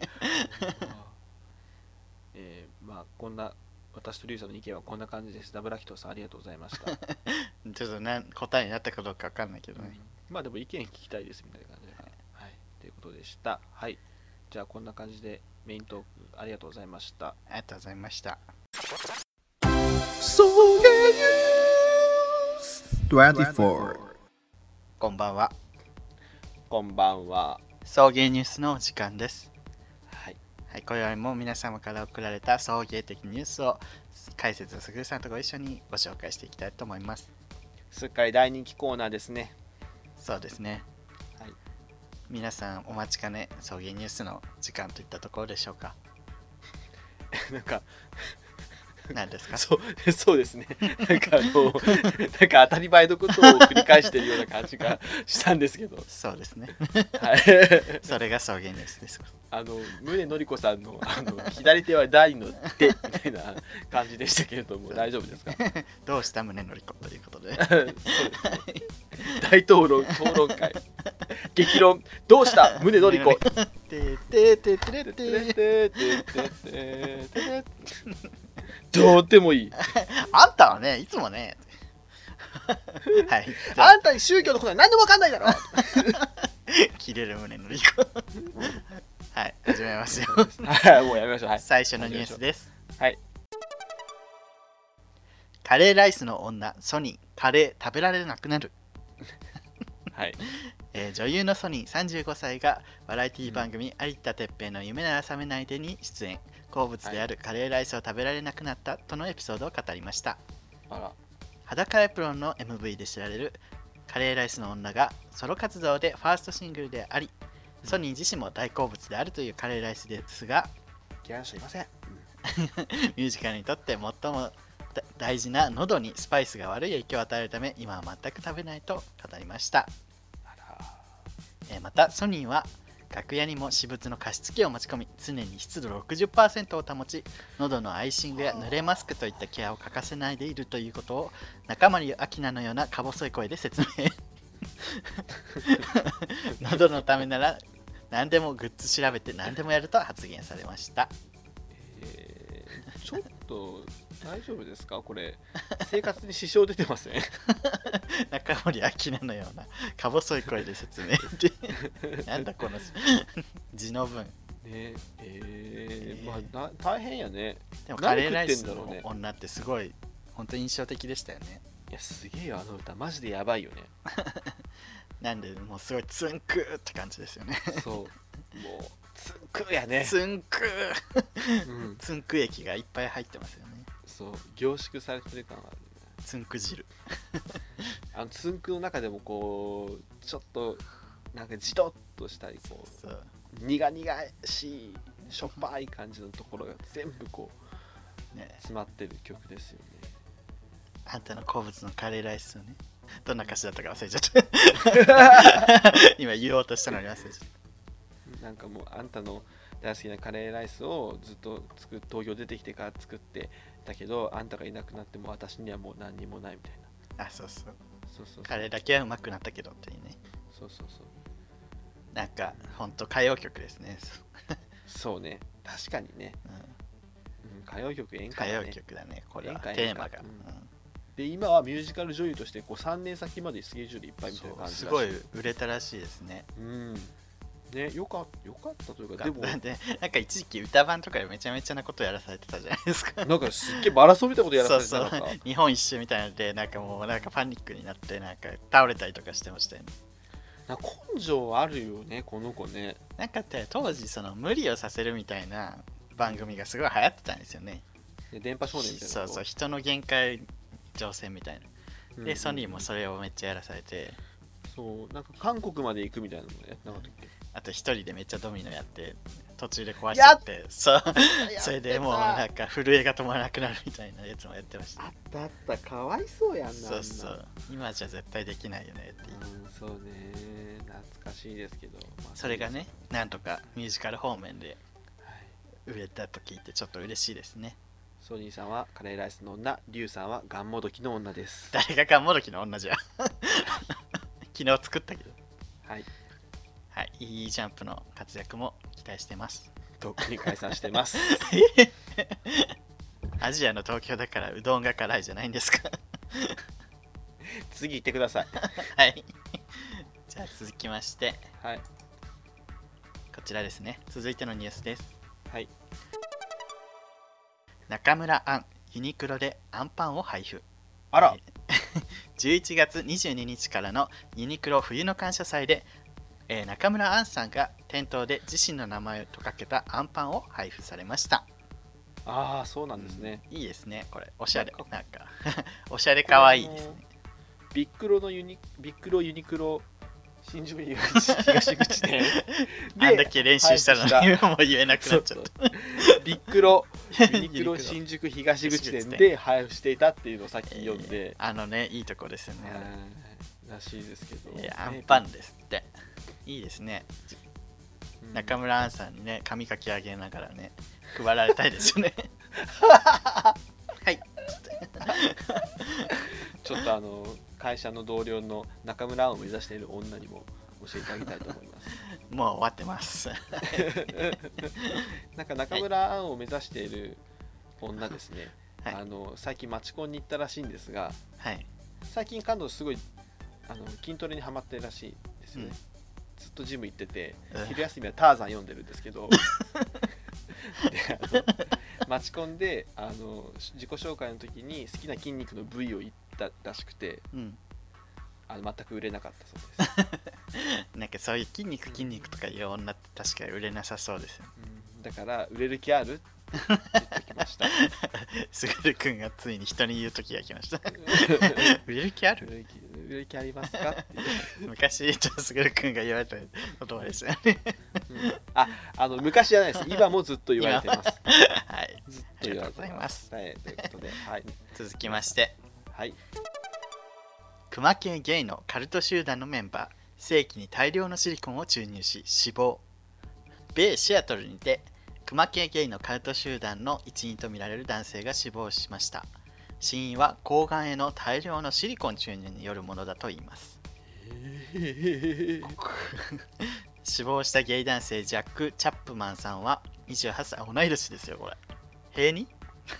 えー、まあこんな私とリュウさんの意見はこんな感じです。ダブラキトさんありがとうございました。 ちょっとなん答えになったかどうかわかんないけどね、 まあでも意見聞きたいですみたいな感じで、はい、はい、ということでした。はい。 じゃあこんな感じでメイントークありがとうございました。 ありがとうございました。 送迎ニュースにじゅうよん。 こんばんは。 こんばんは。 送迎ニュースのお時間です。 はい。 はい、今宵も皆様から送られた送迎的ニュースを解説をすぐるさんとご一緒にご紹介していきたいと思います。 すっかり大人気コーナーですね。 そうですね。 はい。 皆さんお待ちかね送迎ニュースの時間といったところでしょうか。 なんか何ですか？ そうそうですね。なんかあのなんか当たり前のことを繰り返しているような感じがしたんですけど。 そうですね。 はい。 それが送迎ニュースです。 あの宗典子さんのあの左手は大の手みたいな感じでしたけれども大丈夫ですか？ どうした宗典子ということで。 そうですね。大討論討論会激論どうした宗典子。 ててててててどうでもいい。 あんたはねいつもね。はい。 あんたに宗教のことは何でも分かんないだろ。 切れる宗典子。はい、始めますよ。 はい、もうやめましょう。はい、 最初のニュースです。 はい。 カレーライスの女、ソニー、カレー食べられなくなる。 はい。 えー、女優のソニーさんじゅうごさいがバラエティ番組、うん、有田哲平の夢なら覚めないでに出演。好物であるカレーライスを食べられなくなったとのエピソードを語りました。 あら。 裸エプロンの エムブイ で知られるカレーライスの女がソロ活動でファーストシングルであり、ソニー自身も大好物であるというカレーライスですが、 嫌いな人いません。 ミュージカルにとって最も大事な喉にスパイスが悪い影響を与えるため今は全く食べないと語りました。 あら。 えー、またソニーは楽屋にも私物の加湿器を持ち込み、常に湿度 ろくじゅっパーセント を保ち、喉のアイシングや濡れマスクといったケアを欠かせないでいるということを中森明菜のようなか細い声で説明。喉のためなら何でもグッズ調べて何でもやると発言されました。 えー、ちょっと大丈夫ですか？これ生活に支障出てません？ 中森明菜のようなか細い声で説明ってなんだこの字の文ね。えー、えー、まあ大変やね。 でもカレーライスの女ってすごい本当に印象的でしたよね。 いやすげえよ、あの歌マジでやばいよね。 なんでもうすごいツンクーって感じですよね。 そうもうツンクーやね。 ツンクー、 うん、 ツンク液がいっぱい入ってますよね。 そう凝縮されてる感がある、ね、 ツンク汁。 あのツンクの中でもこうちょっとなんかじとっとしたりこうそう苦々しいしょっぱい感じのところが全部こう、ね、詰まってる曲ですよね。 あんたの好物のカレーライスをね、どんな歌詞だったか忘れちゃった今言おうとしたのに忘れちゃった。 なんかもうあんたの大好きなカレーライスをずっと作っ東京出てきてから作ってだけど、あんたがいなくなっても私にはもう何にもないみたいな。 あ、そうそうそうそうそう、 カレーだけはうまくなったけどっていうね。 そうそうそう、 なんかほんと歌謡曲ですね。 そうね、確かにね、うんうん、歌謡曲演歌だね。 歌謡曲だね、これはテーマが、うん、 で今はミュージカル女優としてこうさんねん先までスケジュールいっぱいみたいな感じすごい売れたらしいですね。 うんね、よかよかったというか、 でもでなんか一時期歌番とかでめちゃめちゃなことやらされてたじゃないですか。 なんかすっげえマラソンみたいなことやらされてたのか。 そうそう、日本一周みたいなのでなんかもうなんかパニックになってなんか倒れたりとかしてましたよね。 なんか根性あるよねこの子ね。 なんかって当時その無理をさせるみたいな番組がすごい流行ってたんですよね。 で電波少年みたいな。 そうそう、人の限界挑戦みたいな。で、うん、ソニーもそれをめっちゃやらされて、 そうなんか韓国まで行くみたいなのもやってなかったっけ。 あと一人でめっちゃドミノやって途中で壊しちゃって、そうそれでもうなんか震えが止まらなくなるみたいなやつもやってました。 あったあった、かわいそうやんな。 そうそう、今じゃ絶対できないよねっていう、 うん、そうね、懐かしいですけど、 まあ、それがねなんとかミュージカル方面で売れたと聞いてちょっと嬉しいですね。 ソニーさんはカレーライスの女、リュウさんはガンモドキの女です。 誰がガンモドキの女じゃ昨日作ったけど、 はいはい、いいジャンプの活躍も期待してます。 とっくに解散してます。 アジアの東京だからうどんが辛いじゃないんですか。 次行ってください。 はい。じゃあ続きまして、 はい。 こちらですね。続いてのニュースです。 はい。 中村アン、ユニクロでアンパンを配布。 あら、 じゅういちがつにじゅうににちからのユニクロ冬の感謝祭で、えー中村アンさんが店頭で自身の名前とかけたアンパンを配布されました。 ああ、そうなんですね。 いいですね、これ。おしゃれ。 なんかなんか、おしゃれかわいいですね。 ビックロのユニビックロユニクロ新宿東東口店あんだけ練習したのにもう言えなくなっちゃった。 そうそうビックロユニクロユニクロ新宿東口店で配布していたっていうのをさっき読んで、 えーあのね、いいとこですよね。 うんらしいですけど、 えーねアンパンですって。いいですね。 うん中村アンさんにね、髪かき上げながらね、配られたいですよね。はい。 ちょっとあの会社の同僚の中村アンを目指している女にも教えてあげたいと思います。 もう終わってます。 なんか中村アンを目指している女ですね、 はいあの最近マチコンに行ったらしいんですが、 はい。 最近彼女すごいあの筋トレにハマってるらしいですよね、 うんずっとジム行っててうん昼休みはターザン読んでるんですけどであのマチコンであの自己紹介の時に好きな筋肉の部位を言ったらしくて、 うん。 あの全く売れなかったそうです、 なんかそういう筋肉筋肉とかいう女って確かに売れなさそうですよ。 うんだから売れる気あるって言ってきました。 すぐるくんがついに人に言う時が来ました。売れる気ある売れる気売れる気ありますかっていう、 昔、ちょっとすぐるくんが言われた言葉ですよね。 うんああの昔じゃないです、今もずっと言われてます。 はい。 ずっありがとうごと言われてざいます。 はい、ということで、はい、 続きまして、 はい、 熊系ゲイのカルト集団のメンバー、正規に大量のシリコンを注入し死亡。米シアトルにて熊系ゲイのカルト集団の一員とみられる男性が死亡しました。死因は睾丸への大量のシリコン注入によるものだといいます。死亡したゲイ男性ジャック・チャップマンさんはにじゅうはっさい、同い年ですよこれ。平に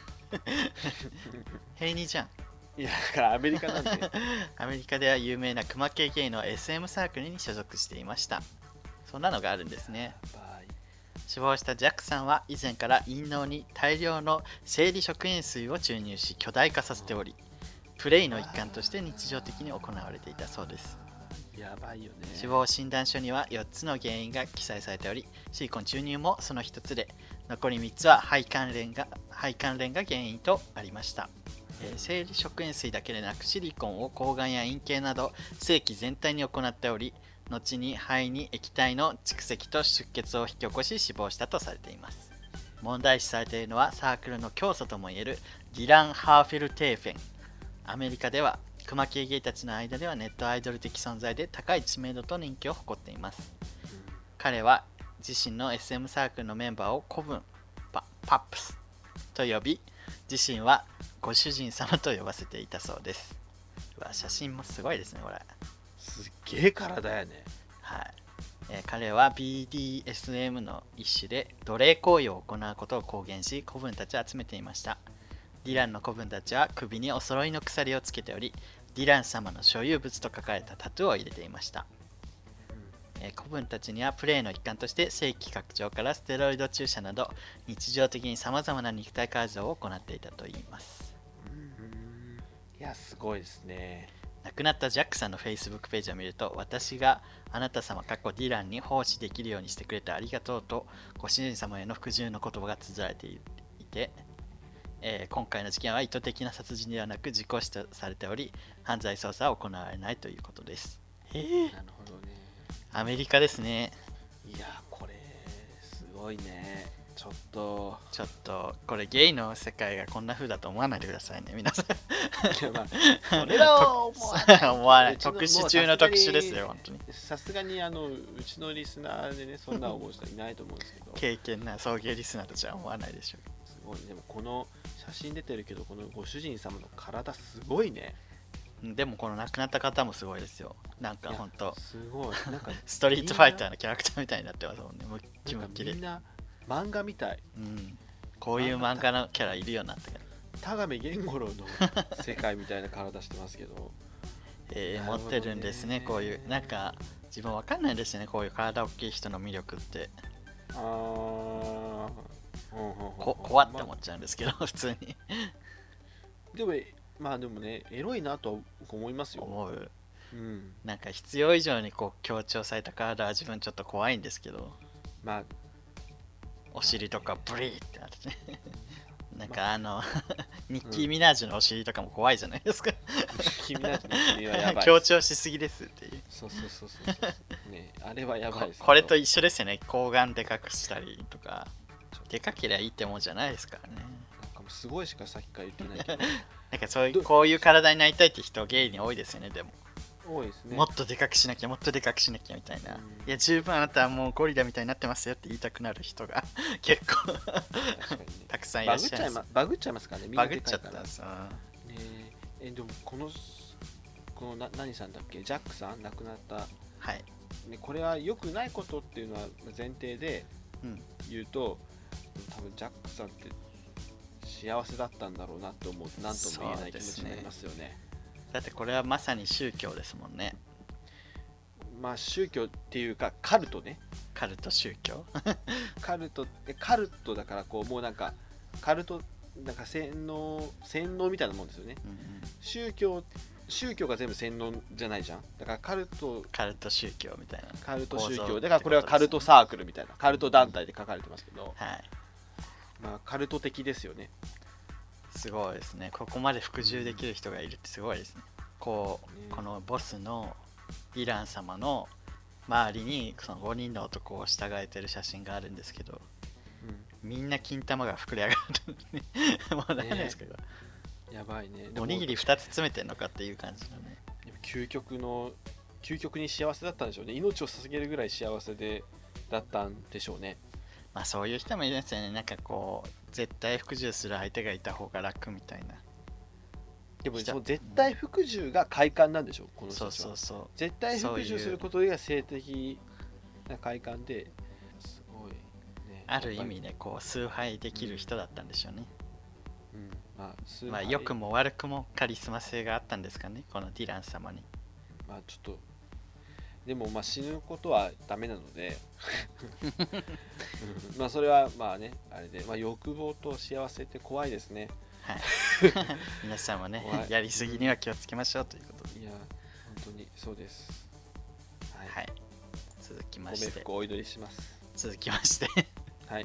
平にじゃん。 いやだからアメリカなんでアメリカでは有名な熊系ゲイの エスエム サークルに所属していました。そんなのがあるんですね。死亡したジャックさんは以前から陰嚢に大量の生理食塩水を注入し巨大化させており、プレイの一環として日常的に行われていたそうです。 やばいよね。 死亡診断書にはよっつの原因が記載されており、シリコン注入もそのひとつで、残りみっつは肺関連が肺関連が原因とありました。えー生理食塩水だけでなくシリコンを睾丸や陰茎など性器全体に行っており、後に肺に液体の蓄積と出血を引き起こし死亡したとされています。問題視されているのはサークルの教祖ともいえるディラン・ハーフェルテーフェン。アメリカでは熊系ゲイたちの間ではネットアイドル的存在で高い知名度と人気を誇っています。彼は自身の エスエム サークルのメンバーを古文パパップスと呼び、自身はご主人様と呼ばせていたそうです。うわ、写真もすごいですねこれ。 すっげえ体やね。 はいえー彼は ビーディーエスエム の一種で奴隷行為を行うことを公言し、子分たちを集めていました。ディランの子分たちは首にお揃いの鎖をつけており、ディラン様の所有物と書かれたタトゥーを入れていました。えー子分たちにはプレイの一環として正規拡張からステロイド注射など日常的にさまざまな肉体改造を行っていたといいます。 うんいやすごいですね。 亡くなったジャックさんの Facebook ページを見ると、私があなた様かっこディランに奉仕できるようにしてくれてありがとうとご主人様への服従の言葉が綴られていて、えー今回の事件は意図的な殺人ではなく事故死とされており、犯罪捜査は行われないということです。えー、 なるほどね。 アメリカですね。 いやこれすごいね。ちょっとちょっとこれゲイの世界がこんな風だと思わないでくださいね皆さん。 いやまあそれは思わない思わない。 うちの特殊中の特殊ですよ本当に。 さすがにあのうちのリスナーでねそんな思う人いないと思うんですけど経験な送迎リスナーたちは思わないでしょう。 すごいね。でもこの写真出てるけどこのご主人様の体すごいね。 でもこの亡くなった方もすごいですよ。なんかいやほんとすごいなんかストリートファイターのキャラクターみたいになってますもんね。ムッキムキでなんかみん。な漫画みたい。 うん。こういう漫画のキャラいるよなって。 田上源五郎の世界みたいな体してますけどえーなるほどね持ってるんですね。こういうなんか自分わかんないですよね、こういう体大きい人の魅力って。 あー、うんうんうんこ怖って思っちゃうんですけど、普通にでもまあでもね、エロいなとは思いますよ。 思う。 うん。 なんか必要以上にこう強調された体は自分ちょっと怖いんですけど、 まあ、 お尻とかブリーってなってね。なんまかあの、ニッキー・ミナージュのお尻とかも怖いじゃないですか。 君たちの君はやばい。 強調しすぎですっていう。 そうそうそうそうそう。ね、あれはやばいですけど。 ここれと一緒ですよね。睾丸でかくしたりとか。でかけりゃいいってもんじゃないですからね。 なんかもうすごいしかさっきから言ってないけど。 なんかそういう、 どこういう体になりたいって人、ゲイに多いですよね、でも。 多いですね。 もっとでかくしなきゃ、もっとでかくしなきゃみたいな。 うんいや、十分あなたはもうゴリラみたいになってますよって言いたくなる人が結構確かにね。 たくさんいらバグっちゃいっしゃいます。 まバグっちゃいますからね。みんなバグっちゃっでかいからたんですよ。 ねええでもこのこのな何さんだっけ、ジャックさん亡くなった、 はい。 ね、これは良くないことっていうのは前提でうん。 言うと、多分ジャックさんって幸せだったんだろうなって思うと何とも言えない気持ちになりますよね。 だってこれはまさに宗教ですもんね。 まあ宗教っていうかカルトね。 カルト宗教カルトえカルトだからこうもうなんかカルトなんか洗脳洗脳みたいなもんですよね。 うん、うん、 宗教宗教が全部洗脳じゃないじゃん。だからカルトカルト宗教みたいな。 カルト宗構造教だからこれはカルトサークルみたいなカルト団体で書かれてますけど、 はい。 まあカルト的ですよね。 すごいですね。ここまで服従できる人がいるってすごいですね。こう、 ねこのボスのイラン様の周りにそのごにんの男を従えてる写真があるんですけど、みんな金玉が膨れ上がるね。もう何ですけど、 うん、やばいね。 おにぎりふたつ詰めてんのかっていう感じのね。 でも究極の究極に幸せだったんでしょうね。命を捧げるぐらい幸せでだったんでしょうね。 まあそういう人もいるんですよね。なんかこう絶対服従する相手がいた方が楽みたいな。 でも人その絶対服従が快感なんでしょう、この人そうたちは。 そうそう。 絶対服従することが性的な快感ですごい、ね、 ある意味やっね、こう崇拝できる人だったんでしょうね。 ぱりうん、まあ、崇拝まあ良くも悪くもカリスマ性があったんですかね、このディラン様に。 まあちょっとでもまあ死ぬことはダメなのでうんまあそれはまあねあれで、まあ、欲望と幸せって怖いですね。 はい。皆さんもね怖、いやりすぎには気をつけましょうということで。 いや本当にそうです。はい、 はい。続きまごして、 冥福をお祈りします。 続きましてはい。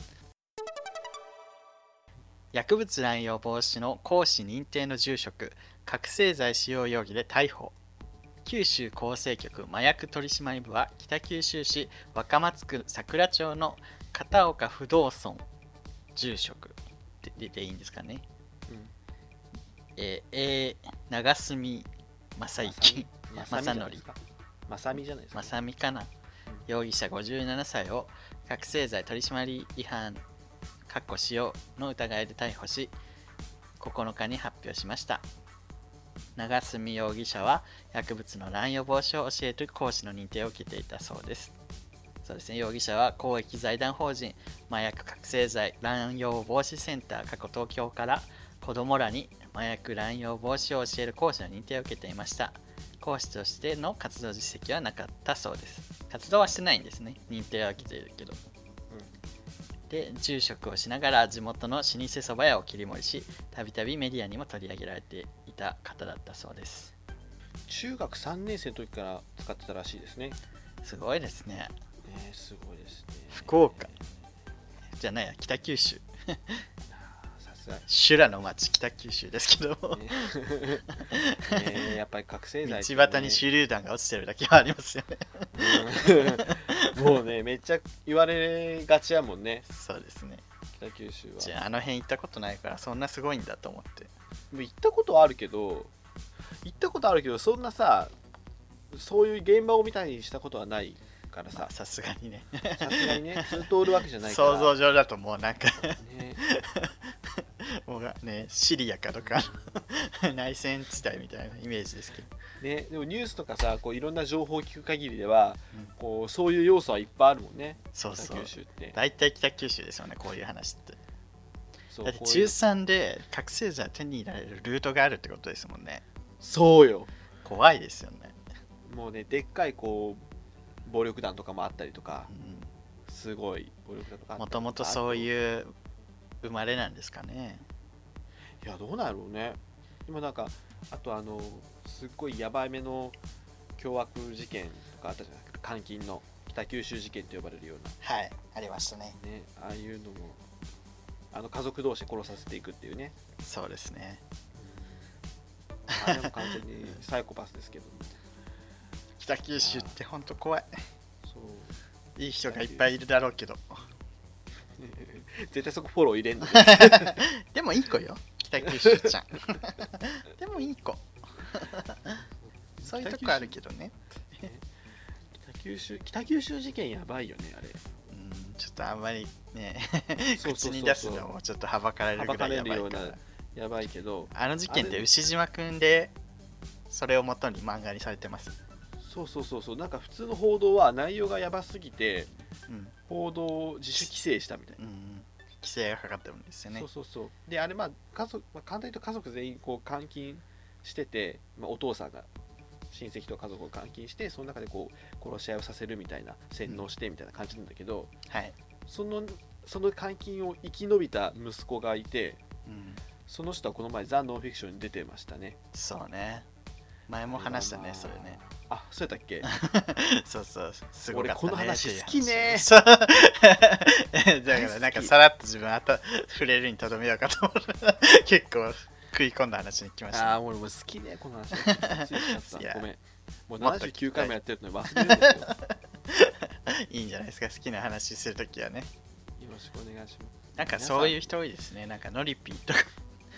薬物乱用防止の講師認定の住職、覚醒剤使用容疑で逮捕。九州厚生局麻薬取締部は北九州市若松区桜町の片岡不動尊住職でででいいんですかね。 うんえー、えー長住正幸まさみじゃないですか。まさみじゃないですか。 正美かな容疑者ごじゅうななさいを覚醒剤取締違反かっこ使用の疑いで逮捕し、ここのかに発表しました。長住容疑者は薬物の乱用防止を教える講師の認定を受けていたそうです。そうですね、容疑者は公益財団法人麻薬覚醒剤乱用防止センター過去東京から子どもらに麻薬乱用防止を教える講師の認定を受けていました。講師としての活動実績はなかったそうです。活動はしてないんですね。認定は受けているけど。で、住職をしながら地元の老舗蕎麦屋を切り盛りし、たびたびメディアにも取り上げられていた方だったそうです。 中学さんねん生の時から使ってたらしいですね。 すごいですね。 ねすごいですね。 福岡じゃないや、北九州。 さすが。 修羅の町、北九州ですけど、 ねねやっぱり覚醒剤、 道端に手榴弾が落ちてるだけはありますよね。 うんもうね、めっちゃ言われがちやもんね、 そうですね。 北九州は。 じゃあ、あの辺行ったことないから、そんなすごいんだと思って。 もう行ったことはあるけど、行ったことあるけど、そんなさ、そういう現場を見たりしたことはないからさ、 さすがにね。 さすがにね、ずっとおるわけじゃないから。 想像上だともうなんかね、 もうね、シリアかとか内戦地帯みたいなイメージですけど。 ね、でもニュースとかさ、こういろんな情報を聞く限りでは、 うんこうそういう要素はいっぱいあるもんね、 そうそう北九州って。 大体北九州ですよね、こういう話って。 そうだってこういう中さんで覚醒剤を手に入れられるルートがあるってことですもんね。 そうよ。 怖いですよね。 もうね、でっかいこう暴力団とかもあったりとか、 うんすごい暴力団とかあったりとか、 もともとそういう生まれなんですかね。 いやどうなんやろうね。でもなんかあとあのすっごいヤバいめの凶悪事件とかあったじゃないですか。監禁の北九州事件と呼ばれるようはいありましたね。 なね、ああいうのもあの家族同士殺させていくっていうね。 そうですね。 あれも完全にサイコパスですけど、 北九州ってほんと怖い。 そういい人がいっぱいいるだろうけど絶対そこフォロー入れんのでもいい子よ北九州ちゃんでもいい子そういうとこあるけどね。 北九州北九州事件やばいよねあれ。 うんちょっとあんまりねそうそうそうそう口に出すのもちょっとはばかられるぐらいやばいはばかれるよから。 うやばいけど、 あの事件ってあれ牛島くんでそれをもとに漫画にされてます。 そうそうそうそう、なんか普通の報道は内容がやばすぎてうん報道を自主規制したみたいな、 うん規制がかかってるんですよね。 そうそうそう。であれまあ家族、まあ、簡単に言うと家族全員こう監禁してて、まあ、お父さんが親戚と家族を監禁してその中でこう殺し合いをさせるみたいな、洗脳してみたいな感じなんだけど、 はい、 そのその監禁を生き延びた息子がいて、 うん、 その人はこの前ザ・ノンフィクションに出てましたね。 そうね前も話したねそれね。 あ、そうやったっけそうそうすごかったね。 俺この話好きねそうだからなんかさらっと自分あた触れるにとどめようかと思った結構食い込んだ話に来ました、ね、 ああ、俺も好きね、この話。ついちゃったごめん。もうもっとななじゅうきゅうかいもやってるのに忘れるんですよ。 いいんじゃないですか好きな話するときはね。 よろしくお願いします。 なんかそういう人多いですね。なんかノリピーとか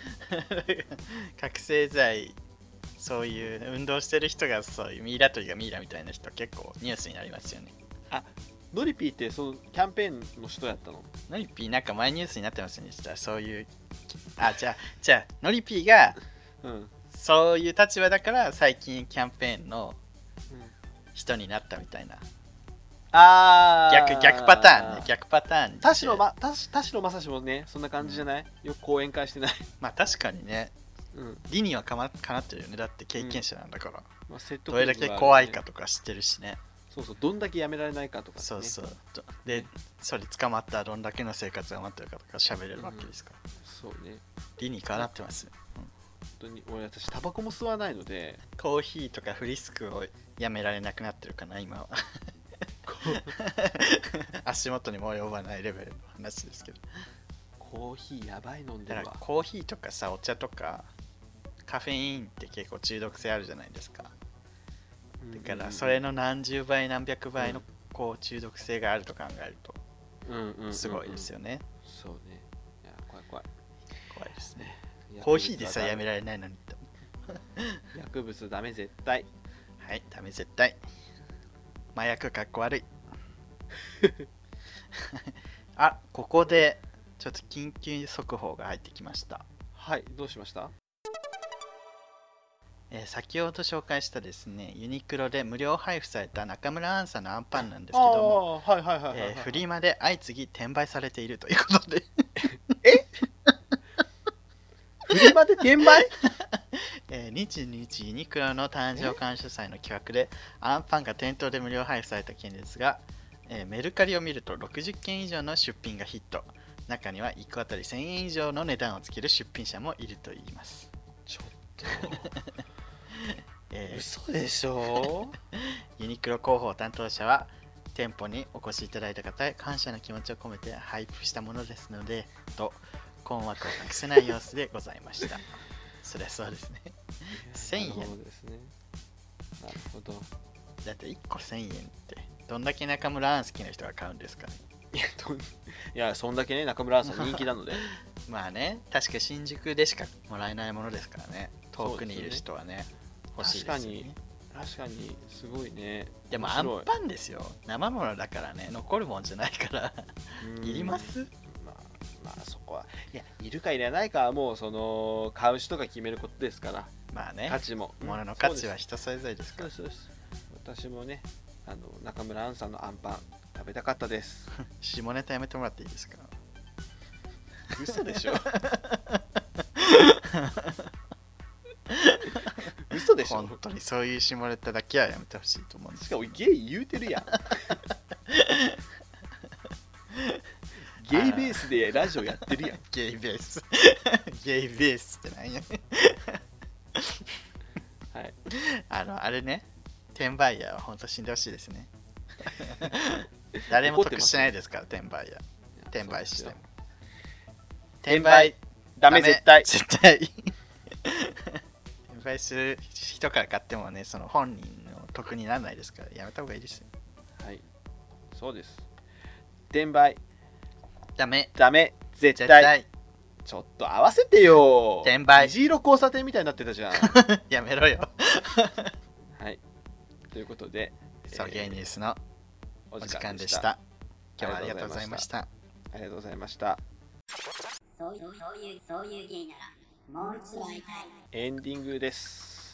覚醒剤そういう運動してる人がそういうミイラ取りがミイラみたいな人結構ニュースになりますよね。 ノリピーってそのキャンペーンの人やったの？ ノリピーなんか前ニュースになってませんでした。そういうあじゃあじゃあノリピーがうん。うん、 そういう立場だから最近キャンペーンの人になったみたいな。 あー逆逆パターンね逆パターンで田代ま田田代正史もねそんな感じじゃない？よく講演会してない。 まあ確かにねうん。 理にはかまかなってるよね。だって経験者なんだから、 まあ、説得どれだ力があるねけ怖いかとか知ってるしね。 そうそう、どんだけやめられないかとか、ね。 そうそうとでそれ捕まったらどんだけの生活が待ってるかとか喋れるわけですから、 そうね。 理にかなってますよ、うん、 本当に俺私タバコも吸わないので。 コーヒーとかフリスクをやめられなくなってるかな今は足元にも及ばないレベルの話ですけど。 コーヒーやばい飲んでるわだから。コーヒーとかさお茶とかカフェインって結構中毒性あるじゃないですか。だからそれの何十倍何百倍のこう中毒性があると考えるとすごいですよね。 そうね。いや怖い怖い。 怖いですね。 いやコーヒーでさえやめられないのに。 薬物ダメ絶対。 はいダメ絶対。麻薬かっこ悪い。あここでちょっと緊急速報が入ってきました。 はい、どうしました？ えー先ほど紹介したですねユニクロで無料配布された中村アンサーのアンパンなんですけども、 ああ、はいはいはいはい、はいえーフリマで相次ぎ転売されているということでフリマで転売えー、にじゅうににちユニクロの誕生感謝祭の企画でアンパンが店頭で無料配布された件ですが、えーメルカリを見るとろくじゅっけん以上の出品がヒット。中にはいっこあたりせんえん以上の値段をつける出品者もいるといいます。 ちょっえとー嘘でしょ。 ユニクロ広報担当者は店舗にお越しいただいた方へ感謝の気持ちを込めて配布したものですのでと困惑を隠せない様子でございました。そりゃそうですね。せんえんそうですね。なるほど。 だっていっこせんえんってどんだけ中村アン好きな人が買うんですかね。 いや、どんいやそんだけね、中村アンさん人気なので。 まあね確か新宿でしかもらえないものですからね。遠くにいる人はね欲しいですよね。 確かに、すごいね。 でも面白いアンパンですよ。生ものだからね残るもんじゃないからうんいります？ まあ、まあ、そこは。いや、いるかいらないかはもう、その、買う人が決めることですから。 まあね価値も。 物の価値はうん人それぞれですから。 そうです。そうです私もね、あの中村アンさんのアンパン食べたかったです。 下ネタやめてもらっていいですか？ 嘘でしょ。嘘嘘でしょ。 本当にそういう下ネタだけはやめてほしいと思うんです。 しかもゲイ言うてるやん。ゲイベースでラジオやってるやん。 ゲイベース。ゲイベースってなんやね。 はい。 あの、あれね、転売ヤーは本当死んでほしいですね。誰も得しないですから、転売ヤー。転売しても。 転売ダメ絶対。 絶対。転売する人から買ってもね、その本人の得にならないですから、やめた方がいいですよ。 はい。そうです。転売ダメ。 ダメ絶対。 絶対。 ちょっと合わせてよ。 転売。 虹色交差点みたいになってたじゃん。 やめろよ。 はい。ということで、 そう、ゲイニュースのお時間でした。今日はありがとうございました。 ありがとうございました。 そういう、そういう、そういうゲイなら、もう一度会いたい。 エンディングです。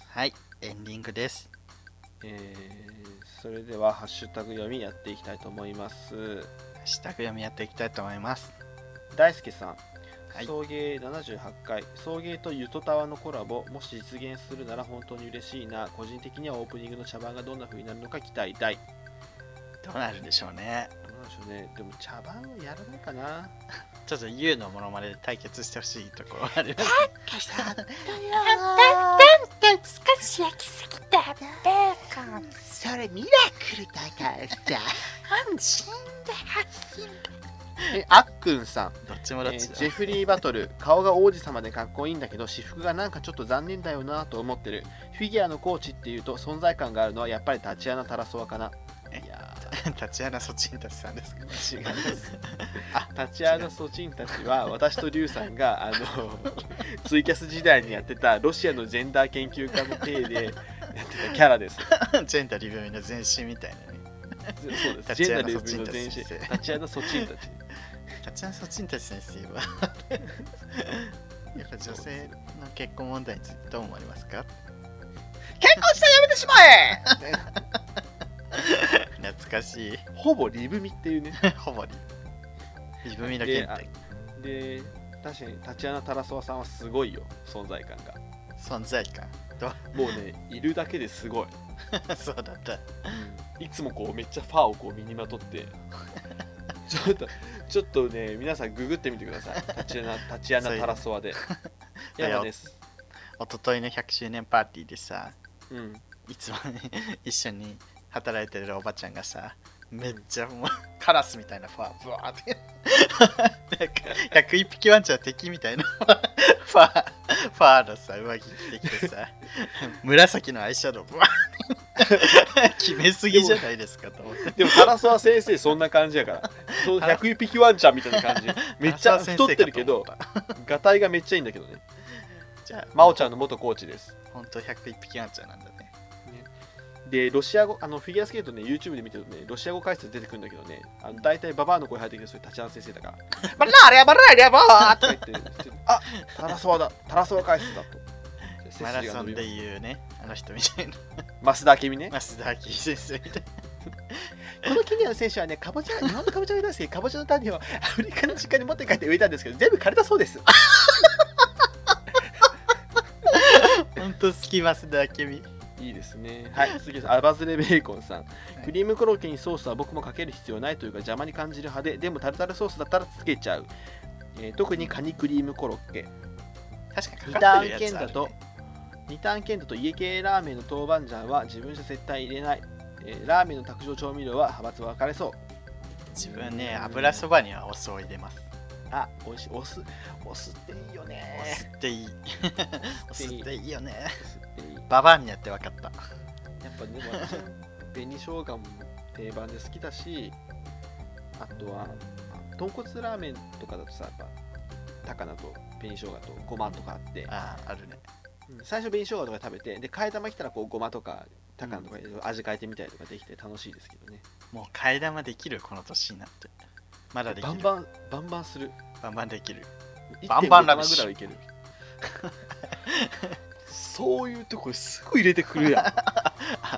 はい、エンディングです。 えー、それでは、ハッシュタグ読みやっていきたいと思います。 ハッシュタグ読みやっていきたいと思います。 大輔さん。 はい、 送迎ななじゅうはちかい、送迎とゆとたわのコラボ、もし実現するなら本当に嬉しいな。個人的にはオープニングの茶番がどんな風になるのか期待大。 どうなるでしょうね。 どうなんでしょうね。でも茶番をやらないかな。 ちょっと ユー のモノマネで対決してほしいところあります。 たかさんだんだんだん少し焼きすぎたベーコン。それミラクルだからさ。安心だ安心だ。 え、あっくんさん。 どっちもどっちだ、 えー、ジェフリーバトル、顔が王子様でかっこいいんだけど私服がなんかちょっと残念だよなと思ってる。フィギュアのコーチっていうと存在感があるのはやっぱりタチアナ・タラソワかな。いやタチアナ・ソチンタチさんですか。 違いますあ、タチアナ・ソチンたちは私とリュウさんがあのツイキャス時代にやってたロシアのジェンダー研究家の体でやってたキャラです。 ジェンダーリブミの全身みたいなね。 そうです。ジェンダーリブミの全身。タチアナ・ソチンたち。 タチアナ・ソチンタチ先生はやっぱ女性の結婚問題についてどう思われますか。 結婚したらやめてしまえ懐かしい。 ほぼリブミっていうね。 ほぼリブリブミの原点で、確かにタチアナ・タラソワさんはすごいよ、存在感が。 存在感もうね、いるだけですごい。 そうだった、 うん、いつもこうめっちゃファーをこう身にまとってちょっとちょっとね、皆さんググってみてください。タチアナ、タチアナタラソワで。やばです。 おとといのひゃくしゅうねんパーティーでさ、 うん、いつもね、一緒に働いてるおばちゃんがさ、めっちゃもうカラスみたいなファーブワーってなんかひゃくいっぴきワンちゃん敵みたいなファーファーのさ上着着てきてさ紫のアイシャドウブワーって決めすぎじゃないですかと思って。 でもタラソワ先生そんな感じやからひゃくいっぴきワンちゃんみたいな感じ。めっちゃ太ってるけどガタイがめっちゃいいんだけどね。 じゃあ真央ちゃんの元コーチです。 ほんとひゃくいっぴきワンちゃんなんだね。 で、ロシア語、あのフィギュアスケートね、YouTube で見てるとね、ロシア語解説出てくるんだけどね、あの大体ババアの声入ってくるそれタチアナ先生だから、バラーレバラーレバーとか言って、あ、タラソワだ、タラソワ解説だと。 マラソンで言うね、あの人みたいな。 増田明美ね。 増田明美先生みたいな。 このケニアの選手はね、かぼちゃ、日本のかぼちゃを出して、かぼちゃの種をアフリカの実家に持って帰って植えたんですけど、全部枯れたそうです。 ほんと好き、増田明美。 いいですね。はい、次です。アバズレベーコンさん。クリームコロッケにソースは僕もかける必要ないというか邪魔に感じる派で、でもタルタルソースだったらつけちゃう。えー、特にカニクリームコロッケ。 確かににターン剣だと、にターン剣だと家系ラーメンの豆板醤は自分じゃ絶対入れない。えー、ラーメンの卓上調味料は派閥分かれそう。 自分ね、油そばにはお酢を入れます。 あ、美味しい。お酢、お酢っていいよね。 お酢っていい。お酢っていいよね。 いいババアになって分かった。 やっぱね、私は紅生姜も定番で好きだし、あとは豚骨ラーメンとかだとさ、やっぱ高菜と紅生姜とごまとかあって、 ああ、あるね。 うん、最初紅生姜とか食べて、で替え玉来たらこうごまとか高菜とか味変えてみたりとかできて楽しいですけどね。 もう替え玉できるこの年になって。まだできる。 バンバンバンバンする。 バンバンできる。 バンバンラブシぐらいはいける。そういうとこすぐ入れてくるやん。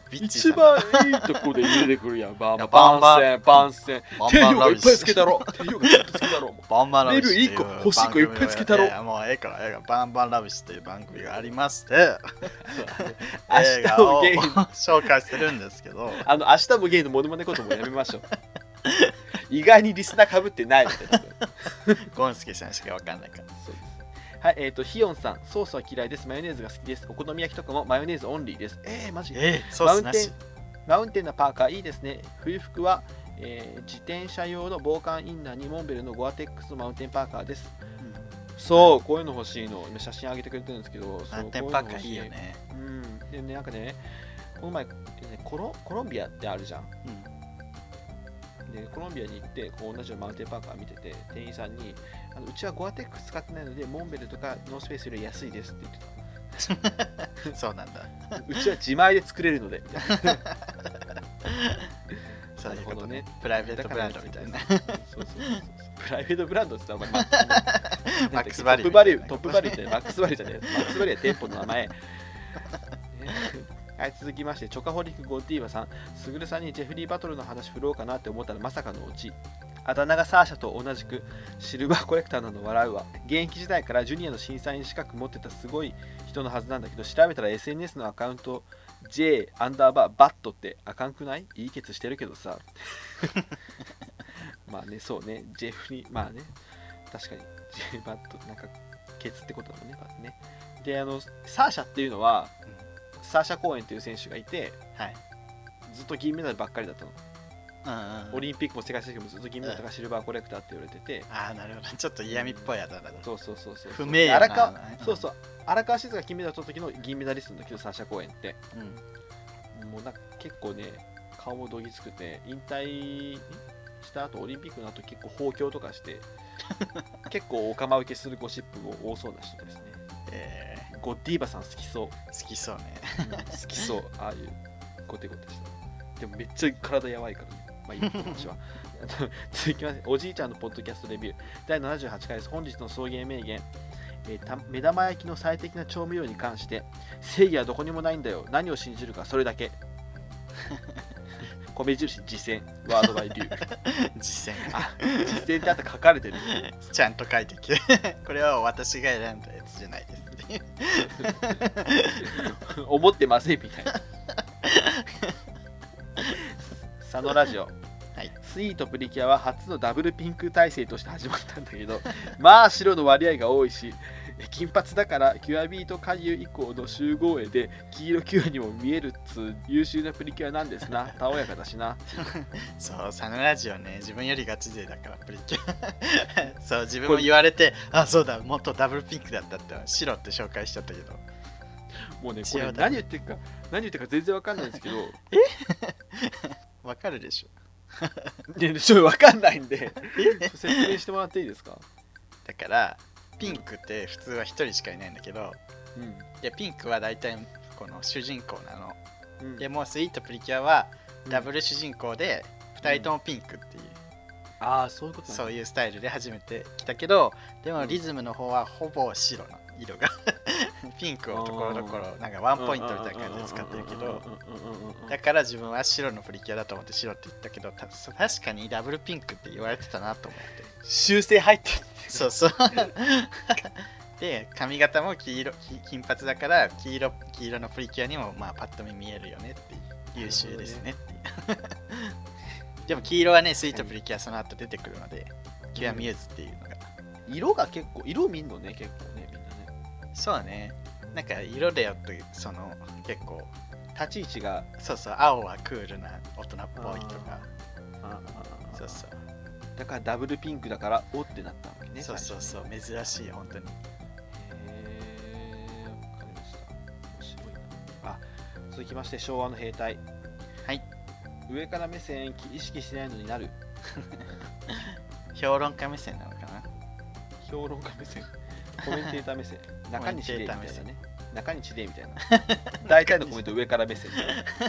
ビッチー一さん番いいとこで入れてくるやん。バンいや番バン宣、番宣。 バン手用がいっバンラビッシュぱいつけたろ。手用がずっとつけたろ。 バンバンラビッシュっていうレビュー一個欲しい子いっぱいつけたろ番組をいやいやもうええからええからバンバンラビッシュという番組がありまして明映画を日もゲイ。 紹介してるんですけどあの、明日もゲイのモノマネこともやめましょう。意外にリスナーかぶってないので、多分ゴンスケさんしかわかんないからそうです。はい、えっ、と、ヒヨンさん、ソースは嫌いです。マヨネーズが好きです。お好み焼きとかもマヨネーズオンリーです。えー、マジえー、ソースなしマウンテンなパーカーいいですね。冬服は、えー自転車用の防寒インナーにモンベルのゴアテックスのマウンテンパーカーです。そう、こういうの欲しいの。今写真上げてくれてるんですけど、そうマウンテンパーカーいいよ。ねこういうの欲しいうん。でね、なんかね、この前、ねコロコロンビアってあるじゃん。 うんで、コロンビアに行って、こう同じようなマウンテンパーカー見てて、店員さんに、あのうちはゴアテックス使ってないので、モンベルとかノースペースより安いですって言ってそうなんだた。うちは自前で作れるので、みたいな。 そういうことねなるほどねプライベートブランドみたいなそうそうそうそう。プライベートブランドって言ったら、お前、 マックスバリュートップバリュー、トップバリューってマックスバリューじゃねえ。マックスバリューは店舗の名前。ねはい、続きまして、チョカホリックゴッディーバさん、すぐるさんにジェフリー・バトルの話振ろうかなって思ったらまさかのオチ。あだ名がサーシャと同じくシルバーコレクターなの笑うわ。現役時代からジュニアの審査員資格持ってたすごい人のはずなんだけど、調べたら エスエヌエス のアカウント J アンダーバーバットってあかんくない？いいケツしてるけどさ。まあね、そうね、ジェフリー、まあね、確かに J バットなんかケツってことだもんね、まあね。で、あの、サーシャっていうのは、サーシャ・コーエンという選手がいて、 はいずっと銀メダルばっかりだったの。 うんうんオリンピックも世界選手権もずっと銀メダルとかシルバーコレクターって言われてて、 ああなるほどちょっと嫌味っぽいやつだなそうそうそうそう。 不明やな荒川うんそうそう、荒川静香が金メダル取った時の銀メダリストなんだけど、サーシャ・コーエンって。 うんもうなんか結構ね、顔もどぎつくて、引退した後、オリンピックの後結構放狂とかして、結構お構受けするゴシップも多そうな人ですね。 えゴッディーバさん好きそう。 ー、好きそうね好きそう、ああいうゴテゴテした。でもめっちゃ体やばいからね。まあいい話は。続きまして、おじいちゃんのポッドキャストレビューだいななじゅうはちかいです。本日の送迎名言、えーた目玉焼きの最適な調味料に関して、正義はどこにもないんだよ。何を信じるか、それだけ。米印、実践、ワードバイリュー。 実践あ、実践ってあった書かれてる。 ちゃんと書いてきてこれは私が選んだやつじゃないですって思ってませんみたいな。佐野ラジオ、 はい、 スイートプリキュアは初のダブルピンク体制として始まったんだけど、まあ白の割合が多いし、金髪だからキュアビート加入以降の集合絵で黄色キュアにも見えるっつう優秀なプリキュアなんですな。たおやかだしな。 そう佐野ラジオね自分よりガチ勢だからプリキュアそう自分も言われてあそうだもっとダブルピンクだったって白って紹介しちゃったけどもうね、こ違うだろれ何言ってるか、何言ってるか全然わかんないんですけど、 わかるでしょでちょっとわかんないんで、説明してもらっていいですか？ だからピンクって普通はひとりしかいないんだけどうん。 でピンクは大体この主人公なのうん、 でもうスイートプリキュアはうんダブル主人公でふたりともピンクっていう、 ああ、そういうことなんだそういうスタイルで始めてきたけどでもリズムの方はほぼ白の色がピンクをところどころなんかワンポイントみたいな感じで使ってるけどだから自分は白のプリキュアだと思って白って言ったけどた確かにダブルピンクって言われてたなと思って修正入ってる。 そうそうで髪型も黄色き金髪だから黄色黄色のプリキュアにもまあパッと見見えるよねっていう優秀ですねっていうでも黄色はねスイートプリキュアその後出てくるのでキュアミューズっていうのが色が結構、色見んのね、結構ね、みんなね。 そうねなんか色でよっとその結構立ち位置が、 そうそう青はクールな大人っぽいとかあーそうそうだからダブルピンクだから、おってなったわけね。 そうそうそう珍しい本当にへー、わかりました。面白いな。あ、続きまして、昭和の兵隊。 はい上から目線意識しないのになる。 評論家目線なのかな評論家目線。コメンテーター目線。中西でみたいなね。中西でみたいな。大体のコメント上から目線。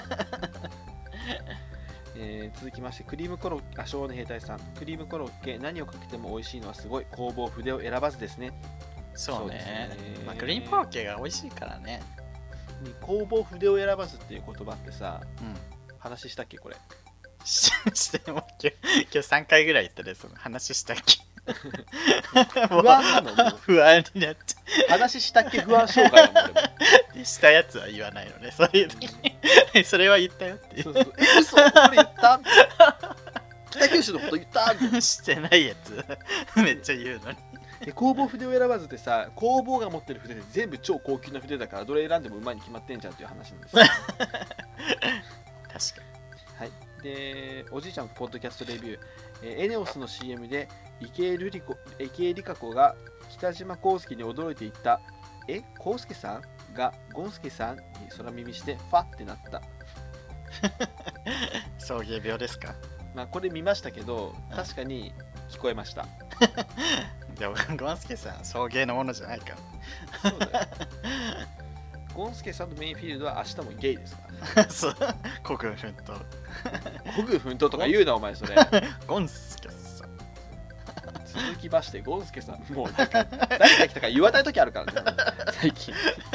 えー、続きましてクリームコロッケ、あ、昭和の兵隊さん、クリームコロッケ何をかけても美味しいのはすごい工房筆を選ばずですね。 そうねそうですねまあ、グリーンコロッケが美味しいからね工房筆を選ばずっていう言葉ってさ、 うん話したっけこれ。 ししても今日今日さんかいぐらい言ったね、その話したっけ不安なのもう不安になっちゃ話したっけ不安障害やもんでも。 うでしたやつは言わないのね、そういう時にそれは言ったよっていそうそうえ嘘これ言った北九州のこと言ったうしてないやつめっちゃ言うのにで工房筆を選ばずってさ、工房が持ってる筆で全部超高級な筆だからどれ選んでもうまいに決まってんじゃんっていう話なんですよ。 確かはい、でおじいちゃんポッドキャストレビュー、えーエネオスの シーエム で池江瑠璃子池江璃花子が北島康介に驚いていったえ康介さんがゴンスケさんに空耳してファってなった。 に送迎病ですか。 まあこれ見ましたけどうん確かに聞こえました。 でもゴンスケさん送迎のものじゃないからそうだよゴンスケさんとメインフィールドは明日もゲイですからね。 そう国軍奮闘国軍奮闘とか言うなお前それ。 ゴンスケさん続きましてゴンスケさんもうなんか誰が来たか言わない時あるからね最近。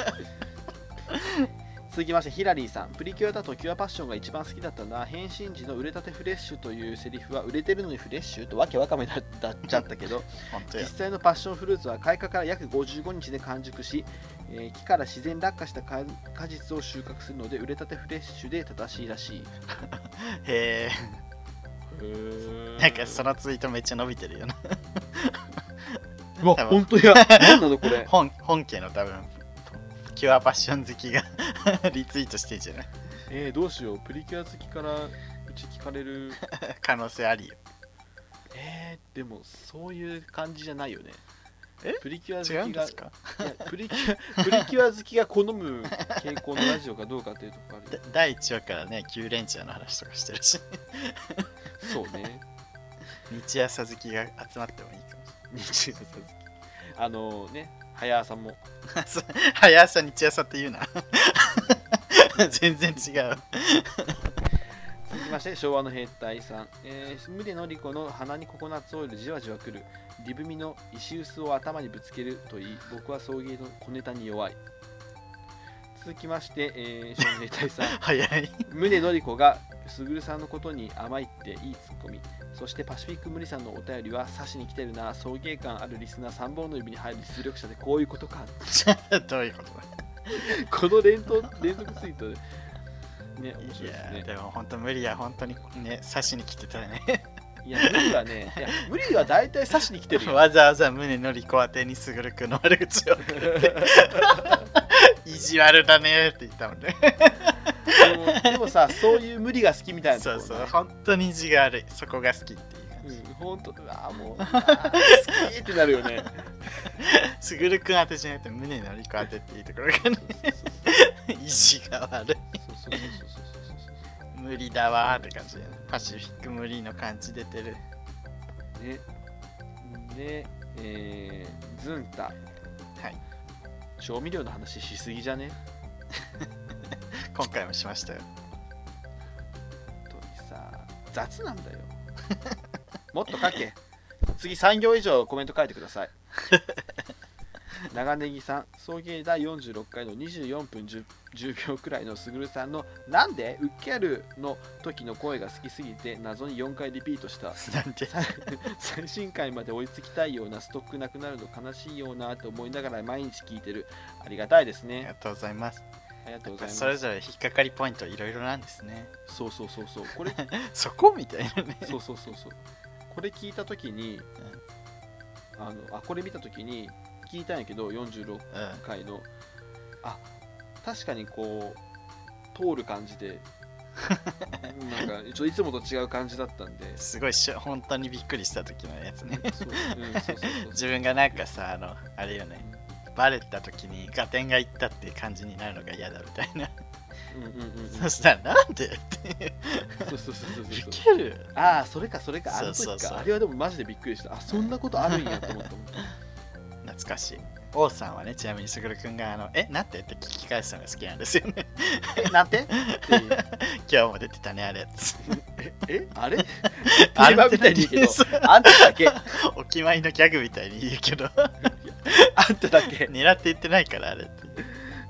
続きましてヒラリーさん、プリキュアだとキュアパッションが一番好きだったな。変身時の売れたてフレッシュというセリフは売れてるのにフレッシュとわけわかめだっちゃったけど本当や実際のパッションフルーツは開花から約ごじゅうごにちで完熟し、えー木から自然落下した果果実を収穫するので売れたてフレッシュで正しいらしい。 へえなんかそのツイートめっちゃ伸びてるよなうわ多分本当や何なのこれ。 本本家の多分キュアパッション好きがリツイートしてんじゃないえー、どうしようプリキュア好きからうち聞かれる。 可能性ありよ。 えー、でもそういう感じじゃないよね。 えプリキュア違好きがうんですか。 いやプリキュアプリキュア好きが好む傾向のラジオかどうかっていうところあるよ。 だだいいちわからねキュウレンジャーの話とかしてるしそうね。 日朝好きが集まってもいいかもし日朝好き。あのね、早朝も。 れないそう早朝日朝って言うな全然違う続きまして昭和の兵隊さん、えー、宗のり子の鼻にココナッツオイルじわじわくるリブミの石臼を頭にぶつけるといい僕は送迎の小ネタに弱い。続きまして、えー、昭和の兵隊さん早い宗のり子がすぐるさんのことに甘いっていいツッコミ。そしてパシフィック無理さんのお便りは刺しに来てるな。送迎感あるリスナーさんぼんの指に入る実力者でこういうことか。 どういうことだこの連投連続ツイートでね面白いいやですね。 でも本当無理や本当にね刺しに来てたねいや無理はねいや無理は大体刺しに来てるよ。 わざわざ胸のりこ当てにすぐるくんの悪口を意地悪だねって言ったもんねでもでもさそういう無理が好きみたいなところね。 そうそう本当に意地が悪いそこが好きっていう感じうん、ほんとあーもうあー好きってなるよね。 すぐるくん当てじゃなくて胸のりこ当てっていうところがね意地が悪いそうそうそうそうそうそう無理だわーって感じだよねパシフィック無理の感じ出てるね。で、えー、ズンタはい調味料の話しすぎじゃね。 今回もしましたよ本当にさ雑なんだよ。もっと書け。次さん行以上コメント書いてください。長ネギさん、送迎だいよんじゅうろっかいのにじゅうよんぷん 10, じゅうびょうくらいのすぐるさんのなんでウッキャルの時の声が好きすぎて謎によんかいリピートした。 なんてさ最新回まで追いつきたいようなストックなくなるの悲しいようなって思いながら毎日聞いてる。ありがたいですありがね。 とうございますありがとうございます。 それぞれ引っかかりポイントいろいろなんですねそうそうそうそう。これそこみたいなねそうそうそうそう。これ聞いたときに、あのあこれ見たときに聞いたんやけどよんじゅうろっかいの、あ確かにこう通る感じでなんかちょっといつもと違う感じだったんですごいしょ本当にびっくりした時のやつねそう、うん、そうそうそう自分がなんかさあのあれよねバレた時にガテンがいったっていう感じになるのが嫌だみたいなうんうんうんうんそしたらなんでってそうそうそうそうウそうケるああそれかそれかあの時かそうそうそうあれはでもマジでびっくりした。あそんなことあるんやと思ったもん。 懐かしい王さんはねちなみにすぐるくんがあのえなんてって聞き返すのが好きなんですよねえなんてっていう今日も出てたねあれええあれあ定番みたいに言うけどそうあんただけお決まりのギャグみたいに言うけどあんただけ狙って言ってないからあれって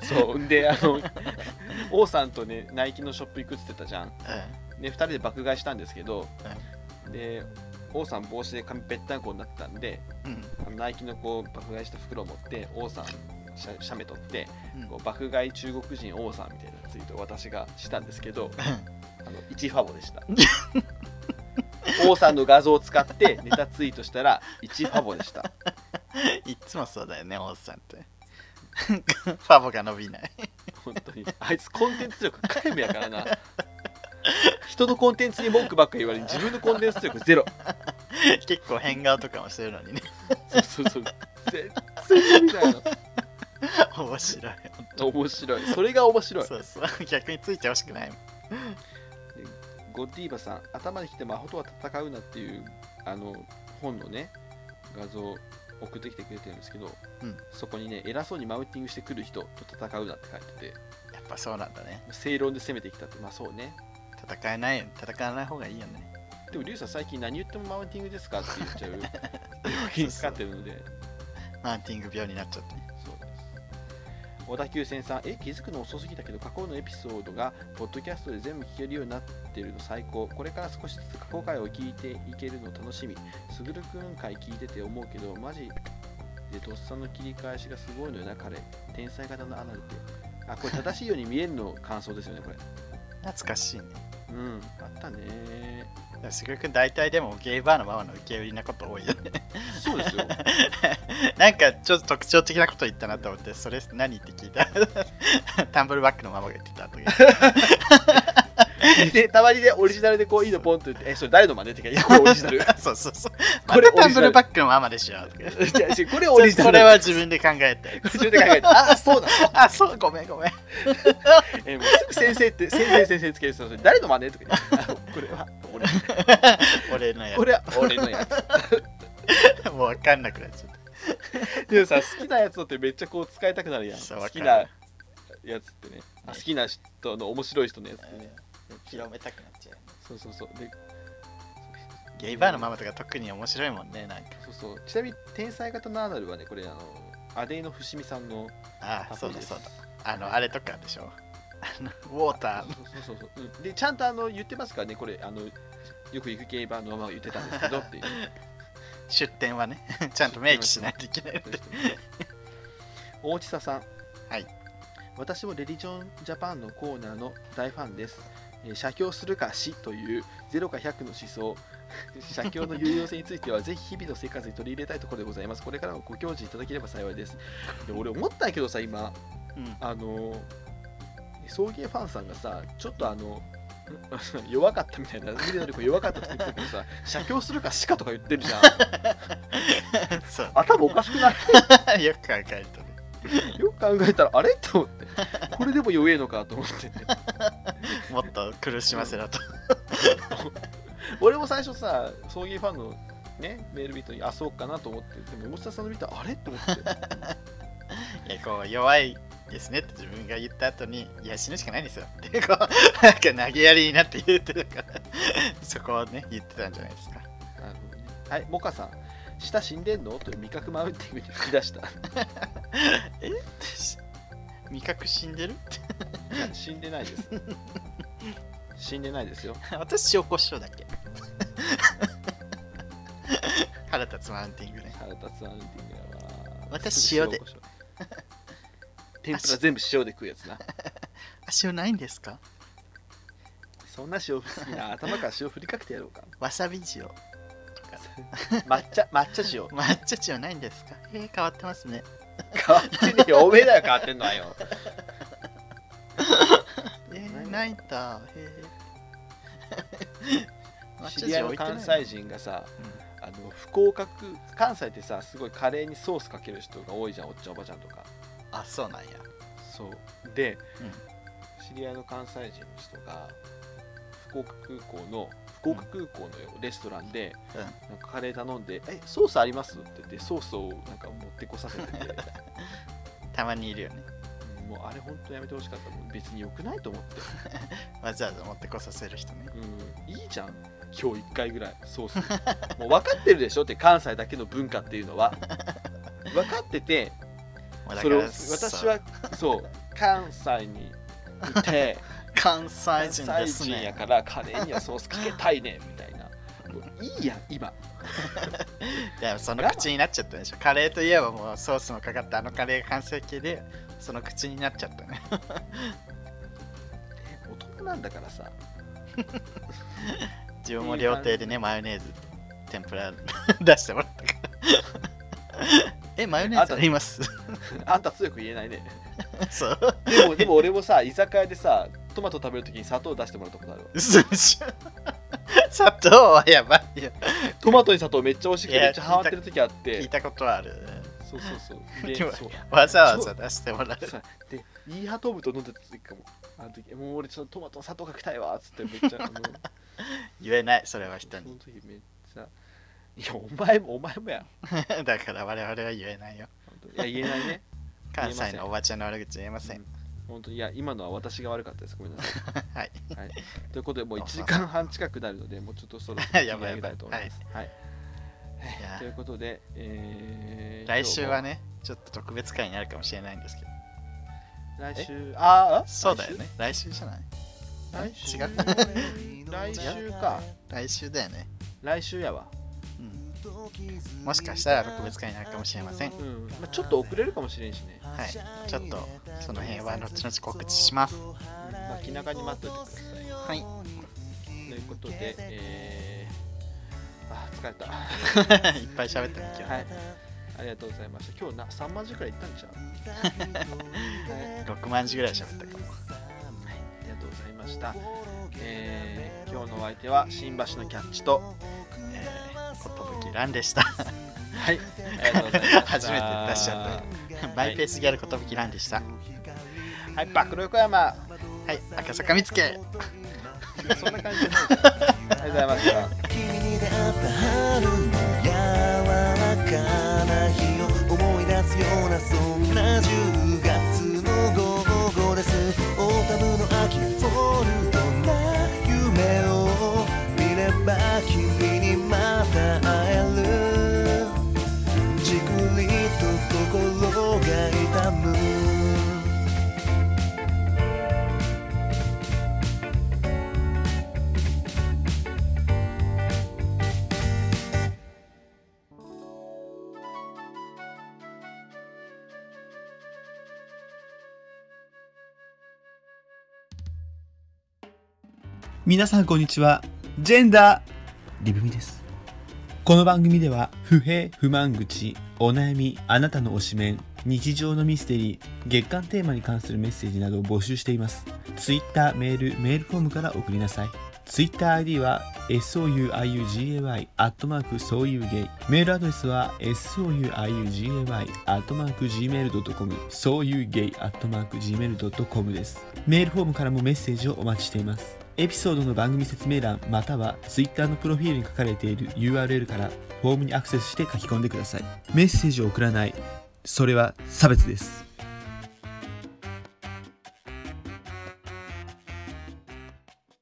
そうであの王さんとねナイキのショップ行くって言ってたじゃんうでふたりで爆買いしたんですけどんで王さん帽子で髪ぺったんこになってたんでうんあのナイキのこう爆買いした袋を持って王さん写写メ撮ってうんこう爆買い中国人王さんみたいなツイートを私がしたんですけどあのいちファボでした王さんの画像を使ってネタツイートしたらいちファボでしたいっつもそうだよね、王さんって。ファボが伸びない。 本当にあいつコンテンツ力皆無やからな人のコンテンツに文句ばっかり言われ自分のコンテンツ力ゼロ結構変顔とかもしてるのにね。 そうそうそう全然無理だよ面白い。 面白いそれが面白いそうそう。逆についてほしくないもん。 ゴッディーバさん頭にきて魔法とは戦うなっていうあの本のね画像を送ってきてくれてるんですけど、 うん、 そこにね偉そうにマウンティングしてくる人と戦うなって書いててやっぱそうなんだね。 正論で攻めてきたってまあそうね戦えないよ。戦わない方がいいよね。 でもリュウさん最近何言ってもマウンティングですかって言っちゃう病気にかかってるのでマウンティング病になっちゃってね。 そうです小田急線さんえ気づくの遅すぎたけど過去のエピソードがポッドキャストで全部聞けるようになってるの最高これから少しずつ過去回を聞いていけるの楽しみすぐるくん回聞いてて思うけどマジでとっさの切り返しがすごいのよな彼天才型のアナルってあこれ正しいように見えるの感想ですよねこれ懐かしいね。 うんあったねでもすぐるくん大体でもゲイバーのママの受け売りなこと多いよね。 そうですよなんかちょっと特徴的なこと言ったなと思って、それ何って聞いた。タンブルバックのママが言ってたとでたまにねオリジナルでこういいのポンと言ってえそれ誰の真似ってかいやこれオリジナルそうそうそう。 これこれタンブルバックのママでしょ。とかいや違うこれオリジナルこれは自分で考えて。 自分で考えてあそうだあ、そう、ごめんごめん。 えー、もうすぐ先生って先生先生つける人誰の真似とか言ってあこれは俺俺のやこれは俺のやつつ。もう分かんなくなっちゃっでもさ好きなやつってめっちゃこう使いたくなるやんそう好きなわかやつってねあ好きな人の面白い人のやつってねた。広めたくなっちゃう。 そうそうそうでゲイバーのママとか特に面白いもんね、なんか。 そうそうちなみに天才型のアナルはねこれあのアデイの伏見さんのああ、 アプリですそうだそうだ。あの、あれとかでしょ。あの、ウォーター。 そうそうそうそう、うん、でちゃんとあの言ってますからねこれあのよく行くゲイバーのママが言ってたんですけどっていう出店はね、ちゃんと明記しないといけない。 大地佐さんはい私もレリジョンジャパンのコーナーの大ファンですえー写経するか死というゼロかひゃくの思想写経の有用性についてはぜひ日々の生活に取り入れたいところでございますこれからもご教示いただければ幸いですで俺思ったけどさ今うん。 あの送迎ファンさんがさちょっとあの弱かったみたいな胸の力弱かったって言ってたけどさ写経するか死かとか言ってるじゃんそう。 頭おかしくないよく考えるとね。 よく考えたらあれと思ってこれでも弱えのかと思ってもっと苦しませろと。 俺も最初さ送迎ファンのねメールビートにあそうかなと思ってでも大下さんの見たらあれと思っていや、こう、弱いですねって自分が言った後に、いや、死ぬしかないんですよって、こう、なんか投げやりになって言ってたから、そこをね、言ってたんじゃないですか。 なるほどねはいモカさん舌死んでんのという味覚マウンティングに吹き出したえ味覚死んでるいや死んでないです死んでないですよ私、塩コショウだけ。腹立つマウンティングね。 腹立つマウンティングやわ私塩でコショウ天ぷら全部塩で食うやつなあ、塩ないんですか？ そんな塩好きな頭から塩振りかけてやろうかわさび塩。 抹茶抹茶塩抹茶塩ないんですか？えー、変わってますね。 変わってねえよおめえだよ変わってんのはよえー、ないんだ。へー知り合いの関西人がさ、あの福岡区関西ってさすごいカレーにソースかける人が多いじゃんおっちゃんおばちゃんとかあ、そうなんや。 そうで、 うん、 知り合いの関西人の人が福岡空港の福岡空港のレストランで、 うん、 なんかカレー頼んで「えソースあります?」って言ってソースをなんか持ってこさせててたまにいるよね。 もうあれ本当やめてほしかったもん別に良くないと思ってわざわざ持ってこさせる人ね。 うんいいじゃん今日いっかいぐらいソースもう分かってるでしょって関西だけの文化っていうのは分かっててそれを私はそう関西にいて関西関人で西すね。 人やからカレーにはソースかけたいねみたいな。もういいやん今。 いや、その口になっちゃったでしょ。カレーといえばもうソースもかかったあのカレーが完成形で、その口になっちゃったね。 大人なんだからさ。 自分も料亭でね、マヨネーズ、天ぷら出してもらったから。え、マヨネーズあります？ あんた強く言えないね。 そう。 でもでも俺もさ、居酒屋でさ、トマト食べるときに砂糖出してもらったことあるわ。 嘘でしょ。砂糖はやばいよ。 トマトに砂糖めっちゃ美味しくていやめっちゃハマってるときあっ聞てい。たことある。 そうそうそう。ででもそうわざわざ出してもらう。 さで、イーハトブと飲んだ時かも。あの時、もう俺ちょっとトマトの砂糖かけたいわっつってめっちゃ、もう言えない、それは人そのに。 時めっちゃ、いや、お前もお前もや。 だから我々は言えないよ。 本当いや、言えないね。 関西のおばちゃんの悪口言えません。 うん本当にいや、今のは私が悪かったです。ごめんなさい。 はい。 はい、ということで、もういちじかんはん近くなるので、もうちょっとそろそろやばい切り上げたいと思います。はいいやということで、えー、 来週はね、ちょっと特別会になるかもしれないんですけど。 今日も、来週、ああ、 そうだよね。来週じゃない？ 来週。 違来週来週か。 来週だよね。 来週やわ。 うん。もしかしたら特別会になるかもしれません。 うん。まあ、ちょっと遅れるかもしれんしね。 はい。ちょっとその辺は後々告知します。 うんまあ、気長に待っておいてください。 はい。 ということで、えー、あー、疲れた。 いっぱい喋ったね、今日。 はい。ありがとうございました。今日なさんまん字くらい行ったんちゃう、はいろくまん字ぐらい喋ったかも。 ありがとうございました。えー、今日のお相手は新橋のキャッチと、 えー、ことぶきらんでした。 はい、ありがとうございました。 初めて出しちゃった。マイペースギャルことぶきらんでした。 はい、暴露横山。 はい、赤坂見附。 そんな感じじゃないですか。ありがとうございました。 君に出会った春の柔らかな日を思い出すようなそんなじゅうがつの午後です。オータムの秋フォルトな夢を見れば君にまた会える。じくりと心が痛む。 皆さんこんにちは。ジェンダーリブミです。この番組では不平不満口、お悩み、あなたの推しメン、日常のミステリー、月間テーマに関するメッセージなどを募集しています。Twitter、メール、メールフォームから送りなさい。Twitter アイディー は ソウユイアットマークソウユゲイ、メールアドレスは ソウユイアットマークジーメールドットコム、ソウユゲイアットマークジーメールドットコムです。メールフォームからもメッセージをお待ちしています。エピソードの番組説明欄または Twitter のプロフィールに書かれている ユーアールエル からフォームにアクセスして書き込んでください。メッセージを送らない、それは差別です。